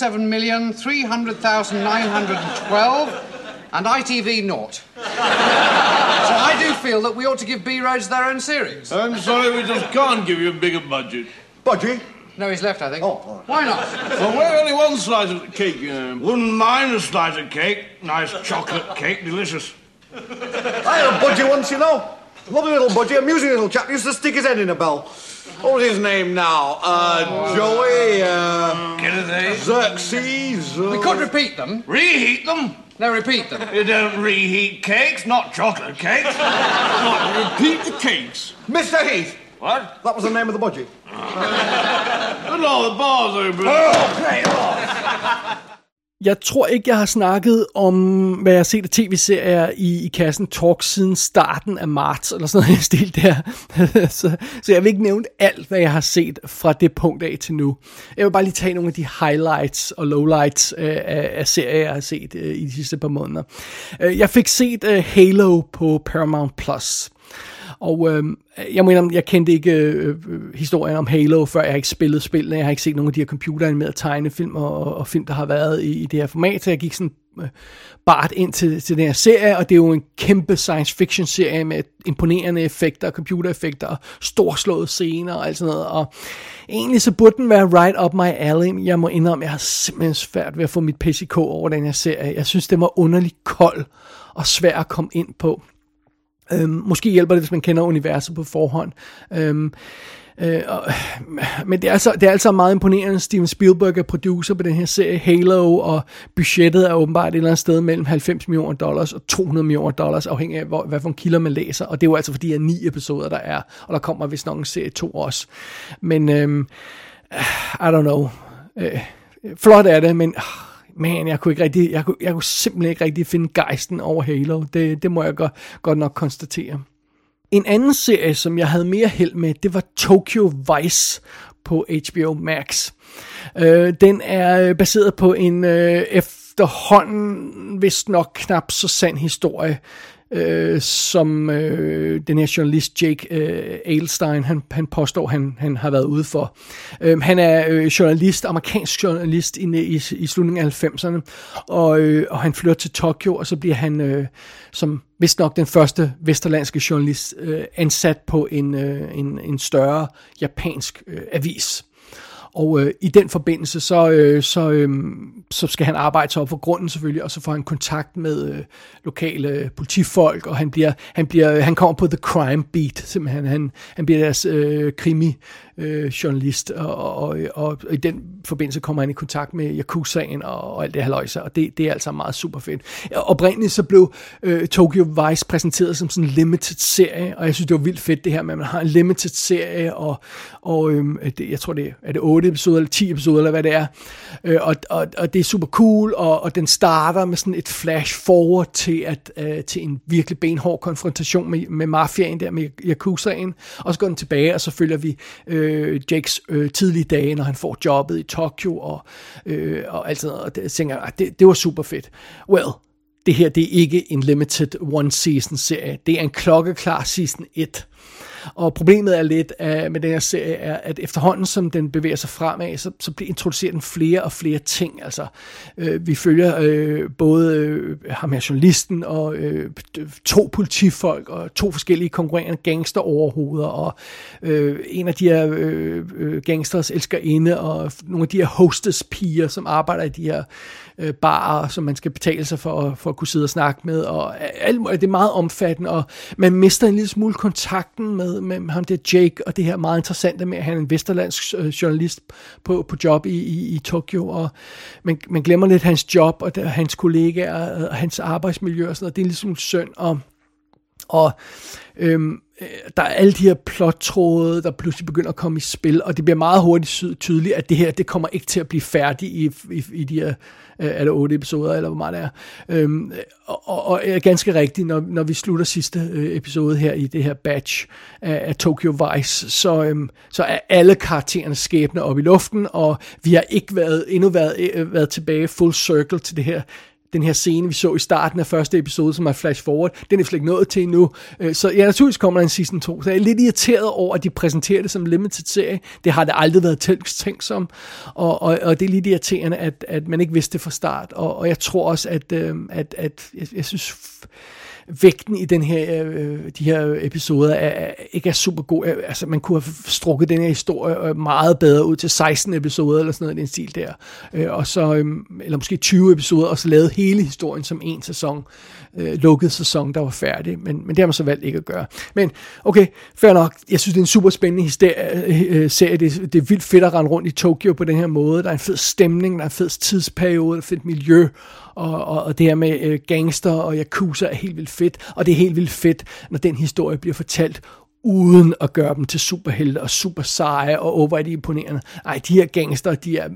97,300,912 and ITV naught. So I do feel that we ought to give B Roads their own series. I'm sorry, we just can't give you a bigger budget. Budgie? No, he's left, I think. Oh. Why not? Well, we're only one slice of cake, you know. Wouldn't mind a slice of cake. Nice chocolate cake, delicious. I had a budgie once, you know. Lovely little budgie, amusing little chap. He used to stick his head in a bell. What was his name now? Joey, Get it, eh? Xerxes. We could repeat them. Reheat them? No, repeat them. You don't reheat cakes, not chocolate cakes. What, repeat the cakes? Mr. Heath. What? That was the name of the budgie. Good Lord, the bar's open. Oh, play it off. Jeg tror ikke, jeg har snakket om, hvad jeg har set af tv-serier i Kassen Talk siden starten af marts, eller sådan noget stil der. så jeg vil ikke nævne alt, hvad jeg har set fra det punkt af til nu. Jeg vil bare lige tage nogle af de highlights og lowlights af serier, jeg har set i de sidste par måneder. Jeg fik set Halo på Paramount Plus. Og jeg mener, jeg kendte ikke historien om Halo, før jeg har ikke spillet spillene. Jeg har ikke set nogen af de her computeranimerede tegnefilm og film, der har været i det her format. Så jeg gik sådan bart ind til den her serie, og det er jo en kæmpe science fiction serie med imponerende effekter, computereffekter og storslåede scener og alt sådan noget. Og egentlig så burde den være right up my alley. Jeg må indrømme, jeg har simpelthen svært ved at få mit PCK over den her serie. Jeg synes, det var underligt kold og svær at komme ind på. Måske hjælper det, hvis man kender universet på forhånd. Men det er altså meget imponerende. Steven Spielberg er producer på den her serie Halo, og budgettet er åbenbart et eller andet sted mellem $90 million og $200 million, afhængig af hvad for en kilder man læser. Og det er jo altså fordi, der er 9 episoder, der er, og der kommer vist nok en serie 2 også. Men I don't know. Flot er det, men man, jeg kunne simpelthen ikke rigtig finde gejsten over Halo. Det må jeg godt nok konstatere. En anden serie, som jeg havde mere held med, det var Tokyo Vice på HBO Max. Den er baseret på en efterhånden vist nok knap så sand historie, som den her journalist Jake Adelstein, han påstår, han har været ude for. Han er journalist, amerikansk journalist i slutningen af 90'erne, og han flytter til Tokyo, og så bliver han, som vist nok den første vesterlandske journalist, ansat på en større japansk avis. Og i den forbindelse, så skal han arbejde sig op for grunden selvfølgelig, og så får han kontakt med lokale politifolk, og han kommer på The Crime Beat, simpelthen. Han bliver deres krimi-journalist, og i den forbindelse kommer han i kontakt med Yakuzaen og alt det haløjse, og det er altså meget super fedt. Oprindeligt så blev Tokyo Vice præsenteret som sådan en limited serie, og jeg synes, det var vildt fedt det her med, at man har en limited serie, og jeg tror det er 8 episoder, eller 10 episoder, eller hvad det er, og det er super cool, og den starter med sådan et flash forward til en virkelig benhård konfrontation med mafiaen der, med Yakuzaen, og så går den tilbage, og så følger vi Jakes tidlige dage, når han får jobbet i Tokyo, og alt sådan noget, og det tænker jeg, det var super fedt. Well, det her, det er ikke en limited one season serie, det er en klokkeklar season 1. Og problemet er lidt med den her serie, er, at efterhånden som den bevæger sig fremad, så bliver introduceret den flere og flere ting. Altså, vi følger både ham her journalisten og 2 politifolk og 2 forskellige konkurrerende gangsteroverhoveder, og en af de her gangsters elskerinde og nogle af de her hostess-piger, som arbejder i de her barer, som man skal betale sig for at kunne sidde og snakke med, og det er meget omfattende, og man mister en lille smule kontakten med ham der Jake, og det her meget interessante med, at han er en vesterlandsk journalist på job i Tokyo, og man glemmer lidt hans job, og hans kollegaer, og hans arbejdsmiljø og sådan noget. Det er ligesom synd, og der er alle de her plottråde, der pludselig begynder at komme i spil, og det bliver meget hurtigt tydeligt, at det her, det kommer ikke til at blive færdigt i de her, er det 8 episoder, eller hvor meget det er. Og ganske rigtigt, når vi slutter sidste episode her i det her batch af Tokyo Vice, så er alle karakterernes skæbne oppe i luften, og vi har ikke været tilbage full circle til det her. Den her scene, vi så i starten af første episode, som er flash forward, den er slet ikke nået til endnu. Så ja, naturligvis kommer der en season 2. Så jeg er lidt irriteret over, at de præsenterer det som limited serie. Det har det aldrig været tænkt som. Og det er lidt irriterende, at man ikke vidste det fra start. Og jeg tror også, at jeg synes, vægten i den her, de her episoder ikke er super god. Altså, man kunne have strukket den her historie meget bedre ud til 16 episoder, eller sådan noget i den stil der. Og så, eller måske 20 episoder, og så lavet hele historien som en sæson. Lukket sæson, der var færdig. Men det har man så valgt ikke at gøre. Men okay, fair nok. Jeg synes, det er en super spændende serie. Det er vildt fedt at rende rundt i Tokyo på den her måde. Der er en fed stemning, der er en fed tidsperiode, der er et fedt miljø. Og det her med gangster og yakuza er helt vildt fedt, og det er helt vildt fedt, når den historie bliver fortalt uden at gøre dem til superhelte og super seje og overimponerende. Ej, de her gangster, de er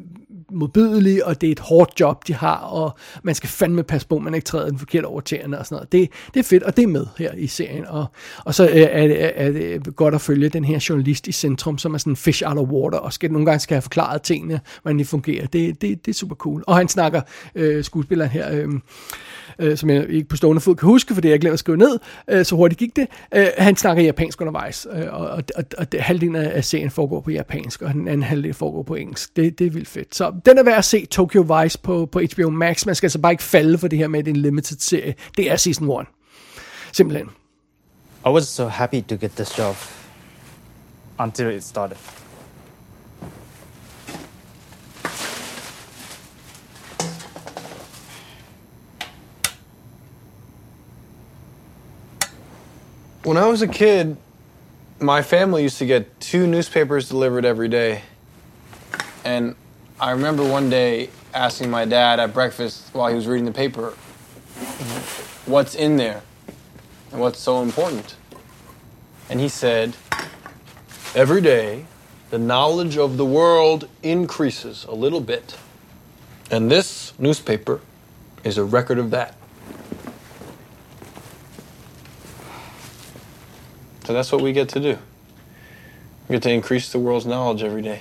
modbydelige, og det er et hårdt job, de har, og man skal fandme passe på, man ikke træder den forkerte over tæerne og sådan noget. Det er fedt, og det er med her i serien. Og så er det godt at følge den her journalist i centrum, som er sådan en fish out of water, og nogle gange skal have forklaret tingene, hvordan de fungerer. Det er super cool. Og han snakker, skuespilleren her, som jeg ikke på stående fod kan huske, fordi jeg glemte at skrive ned, så hurtigt gik det. Han snakker japansk undervejs, og halvdelen af serien foregår på japansk, og den anden halvdel foregår på engelsk. Det er vildt fedt. Så den er værd at se, Tokyo Vice på HBO Max. Man skal altså bare ikke falde for det her med, at det er en limited serie. Det er season 1. Simpelthen. I was so happy to get this job until it started. When I was a kid, my family used to get 2 newspapers delivered every day. And I remember one day asking my dad at breakfast while he was reading the paper, what's in there and what's so important? And he said, every day, the knowledge of the world increases a little bit. And this newspaper is a record of that. So that's what we get to do. We get to increase the world's knowledge every day.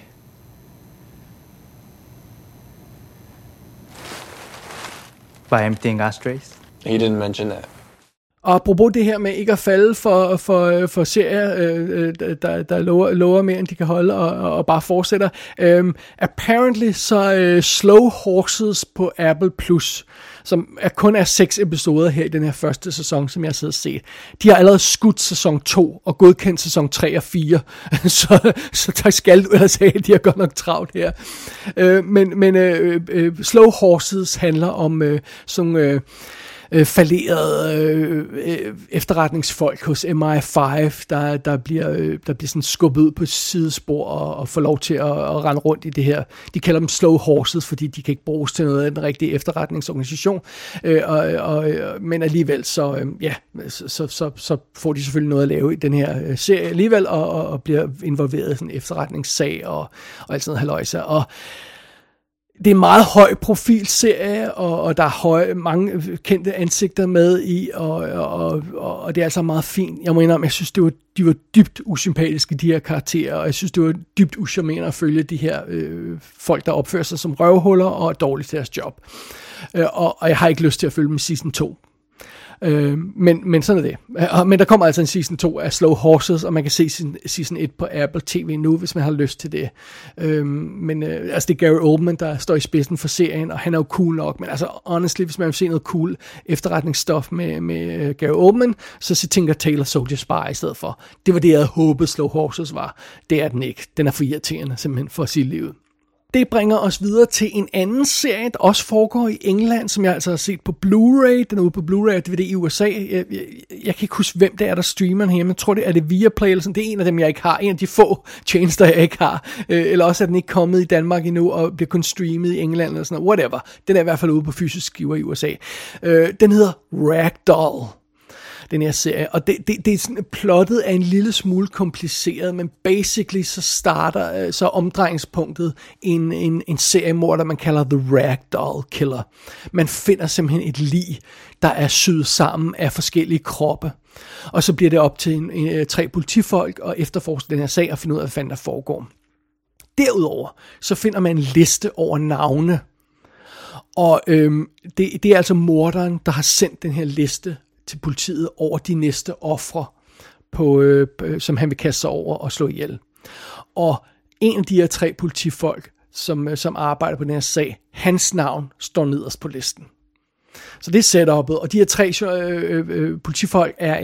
By emptying ashtrays? He didn't mention that. Og apropos det her med ikke at falde for serier, der lover mere, end de kan holde, og bare fortsætter. Apparently så Slow Horses på Apple Plus, som kun er 6 episoder her i den her første sæson, som jeg har siddet og set. De har allerede skudt sæson 2 og godkendt sæson 3 og 4. så tak skal du ellers have, de har godt nok travlt her. Men Slow Horses handler om sådan fallerede efterretningsfolk hos MI5, der bliver sådan skubbet ud på sidespor og får lov til at rende rundt i det her. De kalder dem slow horses, fordi de kan ikke bruges til noget af den rigtige efterretningsorganisation. Men alligevel så får de selvfølgelig noget at lave i den her serie alligevel, og bliver involveret i sådan en efterretningssag og alt sådan noget halløjse. Og det er en meget høj profilserie, og der er mange kendte ansigter med i, og det er altså meget fint. Jeg må indrømme, jeg synes, de var dybt usympatiske, de her karakterer, og jeg synes, det var dybt uschammerende at følge de her folk, der opfører sig som røvhuller og er dårlige til deres job. Og jeg har ikke lyst til at følge dem i season 2. Men sådan er det. Men der kommer altså en season 2 af Slow Horses, og man kan se season 1 på Apple TV nu, hvis man har lyst til det. Altså det er Gary Oldman, der står i spidsen for serien, og han er jo cool nok, men altså honestly, hvis man vil se noget cool efterretningsstof med Gary Oldman, så tænker Taylor Soldier Spy i stedet for. Det var det, jeg havde håbet Slow Horses var. Det er den ikke. Den er for irriterende, simpelthen, for at sige livet. Det bringer os videre til en anden serie, der også foregår i England, som jeg altså har set på Blu-ray. Den er ude på Blu-ray og DVD i USA. Jeg kan ikke huske, hvem det er, der streamer den her. Jeg tror, det er det Viaplay eller sådan. Det er en af dem, jeg ikke har. En af de få tjenester, jeg ikke har. Eller også er den ikke kommet i Danmark endnu og bliver kun streamet i England eller sådan noget. Whatever. Den er i hvert fald ude på fysisk skiver i USA. Den hedder Ragdoll, den her serie, og det er sådan, plottet er en lille smule kompliceret, men basically så omdrejningspunktet en seriemorder, man kalder The Ragdoll Killer. Man finder simpelthen et lig, der er syet sammen af forskellige kroppe, og så bliver det op til 3 politifolk og efterforske den her sag og finde ud af, hvad fanden der foregår. Derudover så finder man en liste over navne, og det er altså morderen, der har sendt den her liste til politiet over de næste ofre, som han vil kaste sig over og slå ihjel. Og en af de her 3 politifolk, som arbejder på den her sag, hans navn står nederst på listen. Så det er setupet, og de her 3 politifolk er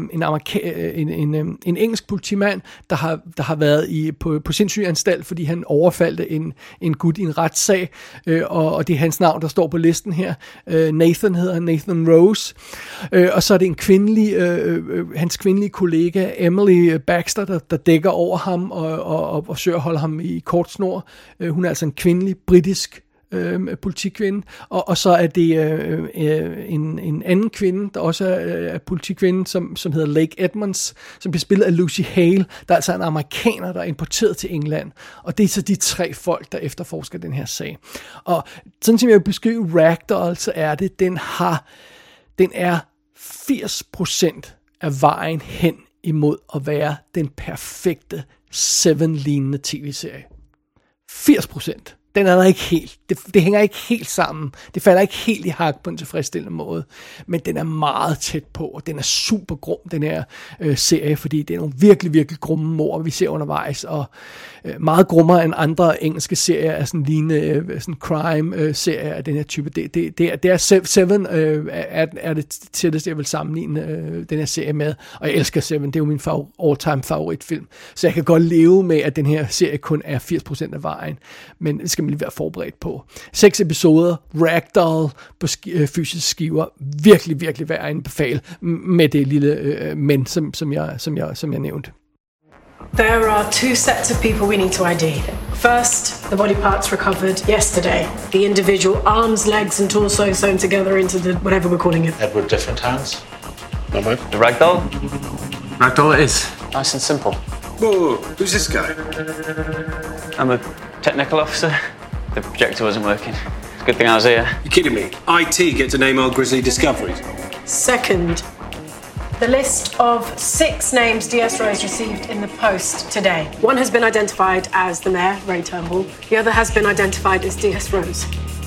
en engelsk politimand, der har været på sindssygeanstalt, fordi han overfaldte en gut i en retssag, og det er hans navn, der står på listen her. Nathan hedder han, Nathan Rose. Og så er det en kvindelig, hans kvindelige kollega, Emily Baxter, der dækker over ham og forsøger at holde ham i kort snor. Hun er altså en kvindelig, britisk politikvinde, og så er det en anden kvinde, der også er politikvinde, som hedder Lake Edmonds, som bliver spillet af Lucy Hale, der er altså en amerikaner, der er importeret til England, og det er så de 3 folk, der efterforsker den her sag. Og sådan som jeg vil beskrive Ragdoll, så er det, den er 80% af vejen hen imod at være den perfekte Seven-lignende tv-serie. 80%. Den er der ikke helt. Det hænger ikke helt sammen. Det falder ikke helt i hak på en tilfredsstillende måde. Men den er meget tæt på, og den er super grum, den her serie, fordi det er nogle virkelig, virkelig grumme mord, vi ser undervejs, og meget grummere end andre engelske serier af sådan lignende sådan crime-serier af den her type. Det er Seven er det tætteste, jeg vil sammenligne den her serie med, og jeg elsker Seven, det er jo min all-time favoritfilm, så jeg kan godt leve med, at den her serie kun er 80% af vejen, men det skal man lige være forberedt på. 6 episoder, Ragdoll på fysiske skiver, virkelig, virkelig værd at anbefale med det lille men, som jeg nævnte. There are 2 sets of people we need to ID. First, the body parts recovered yesterday. The individual arms, legs and torso sewn together into the whatever we're calling it. Edward, different hands? No, mate. The Ragdoll? Ragdoll is. Nice and simple. Whoa, who's this guy? I'm a technical officer. The projector wasn't working. It's a good thing I was here. You're kidding me? IT get to name our grisly discoveries. Second, the list of 6 names DS Rose received in the post today. One has been identified as the mayor, Ray Turnbull. The other has been identified as DS Rose.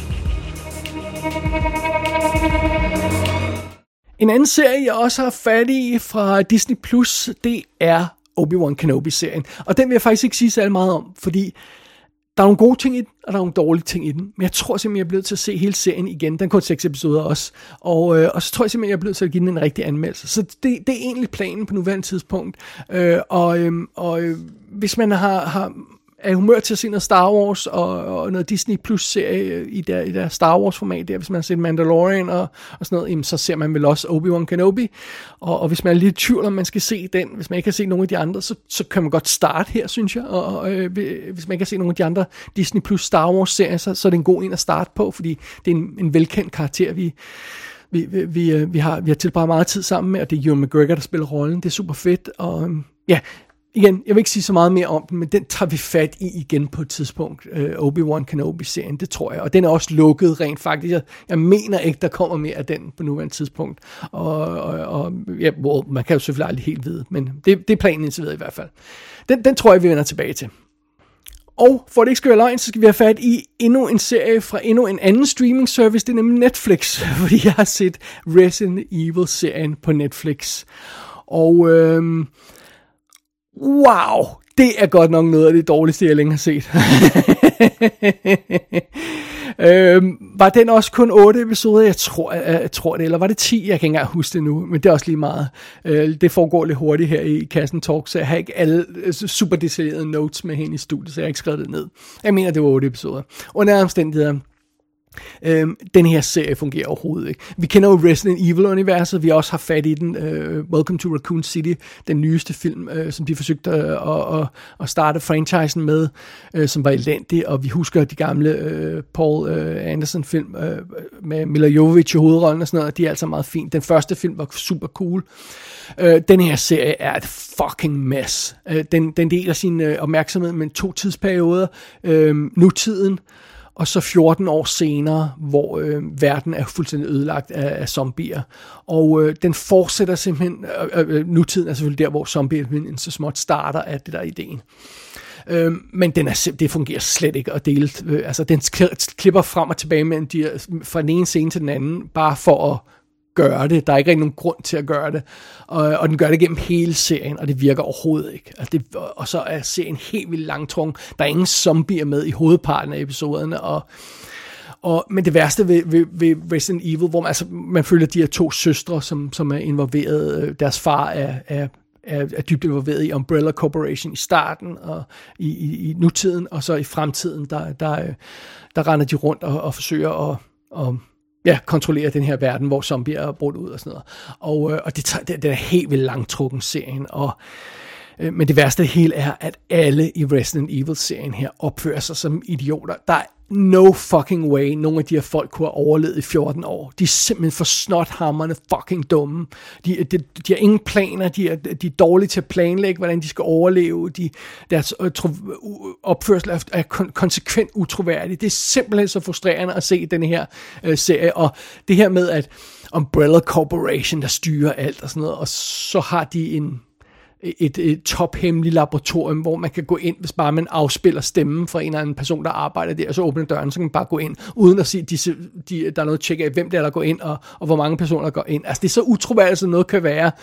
En anden serie, jeg også har fat i fra Disney+, det er Obi-Wan Kenobi-serien. Og den vil jeg faktisk ikke sige så meget om, fordi der er nogle gode ting i den, og der er nogle dårlige ting i den. Men jeg tror simpelthen, jeg er blevet til at se hele serien igen. Den er kun 6 episoder også. Og så tror jeg simpelthen, jeg er blevet til at give den en rigtig anmeldelse. Så det er egentlig planen på nuværende tidspunkt. Hvis man er i humør til at se noget Star Wars og noget Disney Plus serie i der Star Wars format der, hvis man har set Mandalorian og sådan noget, jamen, så ser man vel også Obi-Wan Kenobi, og hvis man er lidt i tvivl om man skal se den, hvis man ikke har set nogen af de andre, så kan man godt starte her, synes jeg, og hvis man ikke har set nogen af de andre Disney Plus Star Wars serier, så er det en god en at starte på, fordi det er en velkendt karakter, vi har tilbragt meget tid sammen med, og det er Ewan McGregor, der spiller rollen. Det er super fedt, og ja, igen, jeg vil ikke sige så meget mere om den, men den tager vi fat i igen på et tidspunkt. Obi-Wan Kenobi-serien, det tror jeg. Og den er også lukket rent faktisk. Jeg mener ikke, der kommer mere af den på nuværende tidspunkt. Og ja, man kan jo selvfølgelig aldrig helt vide, men det er planen indtil videre i hvert fald. Den tror jeg, vi vender tilbage til. Og for det ikke skal være løgn, så skal vi have fat i endnu en serie fra endnu en anden streaming service, det er nemlig Netflix, fordi jeg har set Resident Evil-serien på Netflix. Og wow, det er godt nok noget af det dårligste, jeg længe har set. Var den også kun 8 episoder? Jeg tror det, eller var det 10? Jeg kan ikke engang huske det nu, men det er også lige meget. Det foregår lidt hurtigt her i Kassen Talk, så jeg har ikke alle super detaljerede notes med hen i studiet, så jeg har ikke skrevet det ned. Jeg mener, det var 8 episoder. Under omstændigheder, den her serie fungerer overhovedet ikke. Vi kender jo Resident Evil-universet, vi har også haft fat i den, Welcome to Raccoon City, den nyeste film, som de forsøgte at starte franchisen med, som var elendig, og vi husker de gamle Paul Anderson film med Mila Jovovich i hovedrollen og sådan noget, de er altså meget fint. Den første film var super cool. Den her serie er et fucking mess. Den deler sin opmærksomhed med 2 tidsperioder, nutiden, og så 14 år senere, hvor verden er fuldstændig ødelagt af zombier. Og den fortsætter simpelthen, nutiden er selvfølgelig der, hvor zombier så småt starter af det der ideen. Men det fungerer slet ikke at dele. Altså den klipper frem og tilbage mellem fra den ene scene til den anden, bare for at gøre det. Der er ikke rigtig nogen grund til at gøre det. Og den gør det gennem hele serien, og det virker overhovedet ikke. Og så er serien helt vildt langtrukket. Der er ingen zombier med i hovedparten af episoderne, men det værste ved Resident Evil, hvor man følger de her 2 søstre, som er involveret. Deres far er dybt involveret i Umbrella Corporation i starten, og i nutiden, og så i fremtiden, der render de rundt og forsøger at kontrollere den her verden, hvor zombier er brudt ud og sådan noget. Og det er helt vildt langtrukken serien, og Men det værste af det hele er, at alle i Resident Evil-serien her opfører sig som idioter. Der er no fucking way, nogle af de her folk kunne have overlevet i 14 år. De er simpelthen for snothamrende fucking dumme. De har ingen planer, de er dårlige til at planlægge, hvordan de skal overleve. Deres opførsel er konsekvent utroværdig. Det er simpelthen så frustrerende at se den her serie, og det her med, at Umbrella Corporation, der styrer alt og sådan noget, og så har de et tophemmeligt laboratorium, hvor man kan gå ind, hvis bare man afspiller stemmen fra en eller anden person, der arbejder der, og så åbner døren, så kan man bare gå ind, uden at sige, der er noget at tjekke af, hvem det er, der går ind, og hvor mange personer der går ind. Altså, det er så utroværdigt, som noget kan være.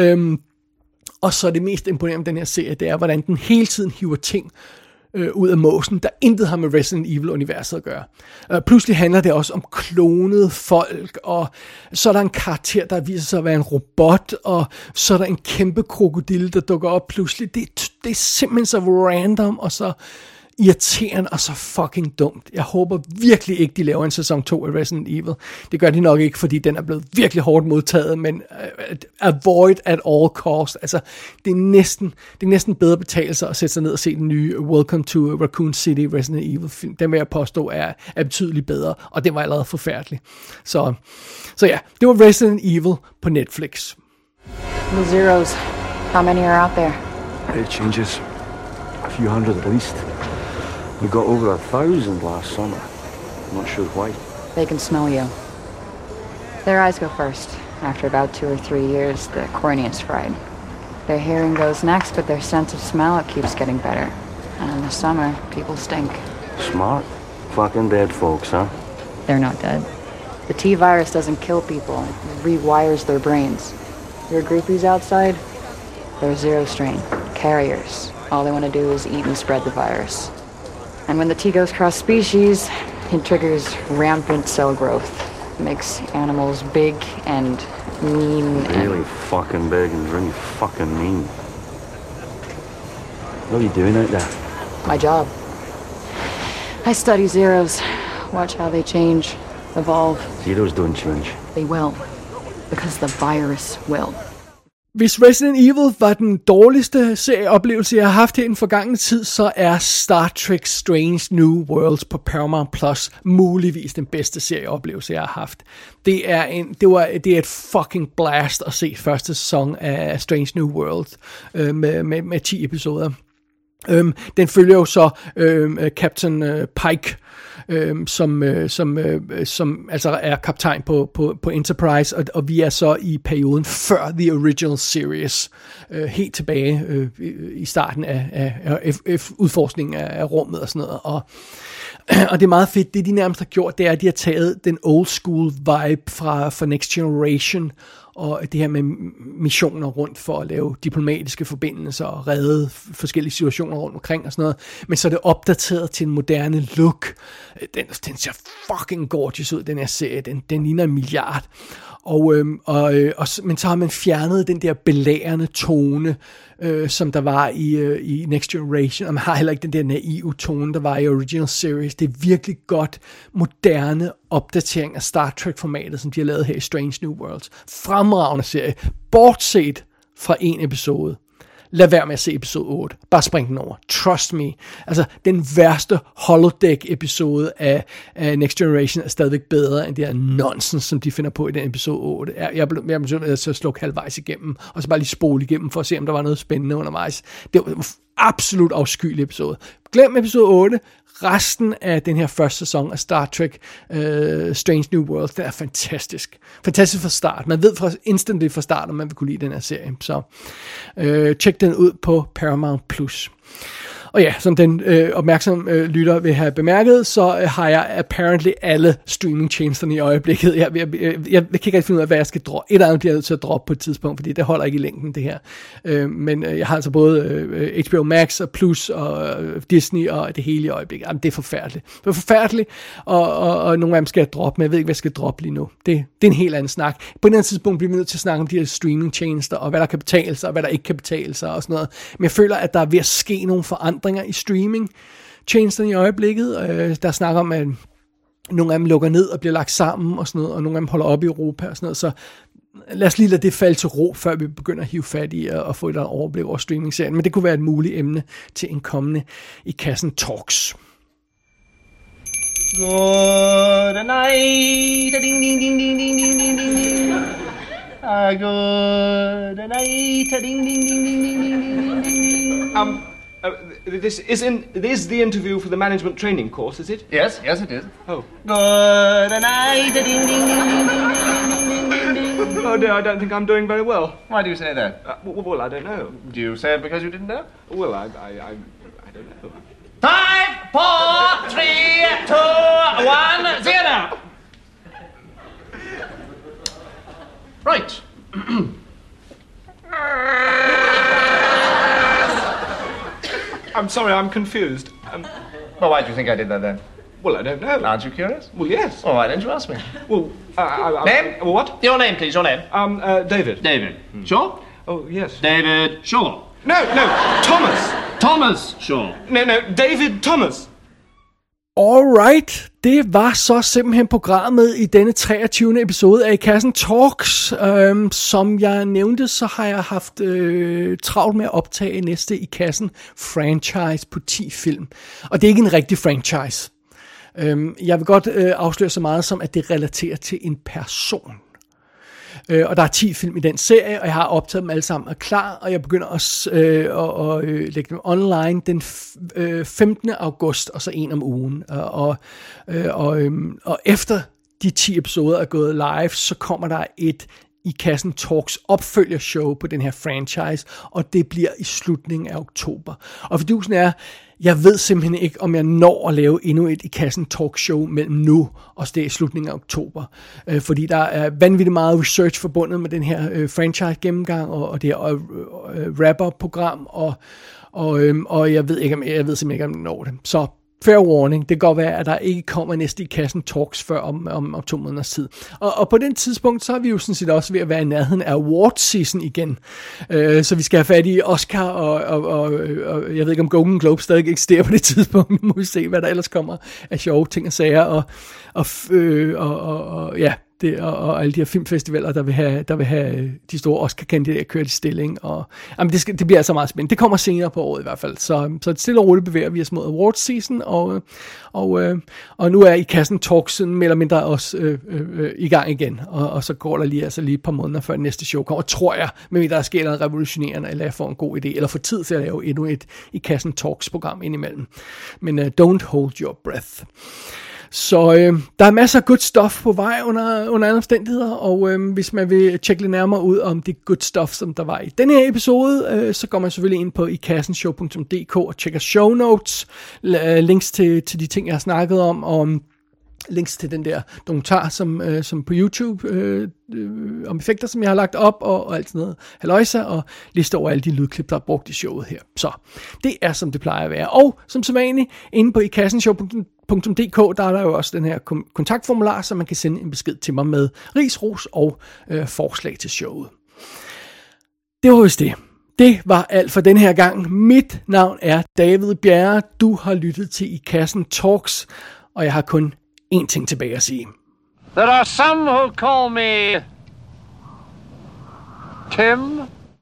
Og så det mest imponerende med den her serie, det er, hvordan den hele tiden hiver ting ud af måsen, der intet har med Resident Evil-universet at gøre. Pludselig handler det også om klonede folk, og så er der en karakter, der viser sig at være en robot, og så er der en kæmpe krokodille, der dukker op pludselig. Det er simpelthen så random, og så irriterende og så fucking dumt. Jeg håber virkelig ikke, de laver en sæson 2 af Resident Evil. Det gør de nok ikke, fordi den er blevet virkelig hårdt modtaget, men avoid at all cost. Altså, det er næsten bedre betale at sætte sig ned og se den nye Welcome to Raccoon City Resident Evil film. Den vil jeg påstå er betydeligt bedre, og det var allerede forfærdelig. Så ja, det var Resident Evil på Netflix. The Zeros. How many are out there? It changes. A few hundred at least. We got over 1,000 last summer. I'm not sure why. They can smell you. Their eyes go first. After about 2 or 3 years, the cornea's fried. Their hearing goes next, but their sense of smell, it keeps getting better. And in the summer, people stink. Smart. Fucking dead folks, huh? They're not dead. The T-virus doesn't kill people. It rewires their brains. Your groupies outside, they're zero strain. Carriers. All they want to do is eat and spread the virus. And when the T goes cross-species, it triggers rampant cell growth. It makes animals big and mean. Really fucking big and really fucking mean. What are you doing out there? My job. I study Zeros. Watch how they change, evolve. Zeros don't change. They will. Because the virus will. Hvis Resident Evil var den dårligste serieoplevelse, jeg har haft her i den forgangne tid, så er Star Trek Strange New Worlds på Paramount Plus muligvis den bedste serieoplevelse, jeg har haft. Det er et fucking blast at se første sæson af Strange New Worlds med 10 episoder. Den følger jo så Captain Pike, som altså er kaptajn på Enterprise, og vi er så i perioden før The Original Series, helt tilbage i starten af udforskningen af rummet og sådan noget, og det er meget fedt. Det de nærmest har gjort, det er, at de har taget den old school vibe fra Next Generation, og det her med missioner rundt for at lave diplomatiske forbindelser og redde forskellige situationer rundt omkring og sådan noget. Men så er det opdateret til en moderne look. Den ser fucking gorgeous ud, den her serie. Den ligner 1 milliard. Men så har man fjernet den der belærende tone, som der var i Next Generation, og man har heller ikke den der naive tone, der var i Original Series. Det er virkelig godt moderne opdatering af Star Trek-formatet, som de har lavet her i Strange New Worlds. Fremragende serie, bortset fra en episode. Lad være med at se episode 8. Bare spring den over. Trust me. Altså, den værste holodeck-episode af Next Generation er stadigvæk bedre end det her nonsens, som de finder på i den episode 8. Jeg blev nødt til at slukke halvvejs igennem, og så bare lige spole igennem, for at se, om der var noget spændende undervejs. Det var absolut afskyelig episode. Glem episode 8. Resten af den her første sæson af Star Trek Strange New Worlds, den er fantastisk. Fantastisk fra start. Man ved instantly fra start, om man vil kunne lide den her serie. Så tjek den ud på Paramount Plus. Og ja, som den opmærksom lytter vil have bemærket, så har jeg apparently alle streamingtjenesterne i øjeblikket. Jeg kan ikke rigtig finde ud af, hvad jeg skal droppe. Et af dem bliver jeg nødt til at droppe på et tidspunkt, fordi det holder ikke i længden, det her. Men jeg har altså både HBO Max og Plus og Disney og det hele i øjeblikket. Jamen, det er forfærdeligt. Det er forfærdeligt, og nogle af dem skal jeg droppe, men jeg ved ikke, hvad jeg skal droppe lige nu. Det er en helt anden snak. På et andet tidspunkt bliver vi nødt til at snakke om de her streamingtjenester, og hvad der kan betale sig, og hvad der ikke kan betale sig, og sådan noget. Men jeg føler, at der er ved at ske nogle forandringer i streaming-tjenesterne i øjeblikket. Der snakker om, at nogle af dem lukker ned og bliver lagt sammen og sådan noget, og nogle af dem holder op i Europa og sådan noget, så lad os lige lade det falde til ro, før vi begynder at hive fat i at få et overblik over streaming-serien. Men det kunne være et muligt emne til en kommende I Kassen Talks. Good night. Ding ding ding ding ding ding ding ding ding. Good night. Ding ding ding ding ding ding ding ding. This is the interview for the management training course, is it? Yes, it is. Oh. Good night. Ding ding ding ding ding ding ding ding. Oh dear, I don't think I'm doing very well. Why do you say that? Well, I don't know. Do you say it because you didn't know? Well, I don't know. 5, 4, 3, 2, 1, 0. Right. I'm sorry, I'm confused. Well, why do you think I did that then? Well, I don't know. Aren't you curious? Well, yes. Well, why didn't you ask me? Well, name? Well, what? Your name, please, your name. David. David. Sure? Oh, yes. David Shaw. No, Thomas. Thomas Shaw. No, David Thomas. Alright, det var så simpelthen programmet i denne 23. episode af I Kassen Talks. Som jeg nævnte, så har jeg haft travlt med at optage næste I Kassen franchise på 10 film. Og det er ikke en rigtig franchise. Jeg vil godt afsløre så meget som, at det relaterer til en person. Og der er 10 film i den serie, og jeg har optaget dem alle sammen og klar, og jeg begynder at lægge dem online den 15. august, og så en om ugen. Og efter de 10 episoder er gået live, så kommer der et I Kassen Talks opfølgershow på den her franchise, og det bliver i slutningen af oktober. Og fordusen er, jeg ved simpelthen ikke, om jeg når at lave endnu et I Kassen Talkshow mellem nu og det i slutningen af oktober. Fordi der er vanvittigt meget research forbundet med den her franchise gennemgang og det her wrap-up-program, og jeg ved simpelthen ikke, om jeg når det. Så fair warning, det kan godt være, at der ikke kommer næste I Kassen Talks før om 2 måneders tid. Og på den tidspunkt, så er vi jo sådan set også ved at være i nærheden af awards season igen. Så vi skal have fat i Oscar, og jeg ved ikke, om Golden Globe stadig eksisterer på det tidspunkt. Nu må vi se, hvad der ellers kommer af sjove ting og sager, og ja, det, og alle de her filmfestivaler, der vil have de store Oscar-kandidater kørt i stilling. Og, jamen det bliver altså meget spændende. Det kommer senere på året i hvert fald. Så stille og roligt bevæger vi os mod awards season, og nu er I Kassen Talks mere eller mindre også i gang igen. Og så går der lige et par måneder før næste show kommer, tror jeg, men der sker noget revolutionerende, eller jeg får en god idé, eller får tid til at lave endnu et I Kassen Talks program indimellem. Men don't hold your breath. Så der er masser af good stuff på vej under andre omstændigheder, og hvis man vil tjekke lidt nærmere ud om det good stuff, som der var i denne her episode, så går man selvfølgelig ind på ikassenshow.dk og tjekker show notes, links til de ting, jeg har snakket om, og links til den der dokumentar, som på YouTube, om effekter, som jeg har lagt op, og alt sådan noget halløjsa, og liste over alle de lydklip, der er brugt i showet her. Så det er, som det plejer at være. Og som sædvanligt, inde på ikassenshow.dk, der er der jo også den her kontaktformular, så man kan sende en besked til mig med ris, ros og forslag til showet. Det var vist det. Det var alt for den her gang. Mit navn er David Bjerre. Du har lyttet til I Kassen Talks, og jeg har kun én ting tilbage at sige. There are some who call me Tim.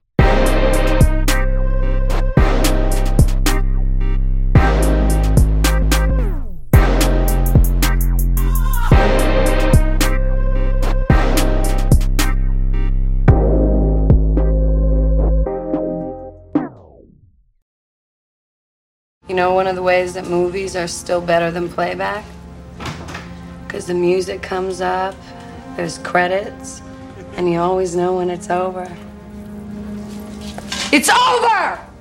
You know, one of the ways that movies are still better than playback? Because the music comes up, there's credits, and you always know when it's over. It's over!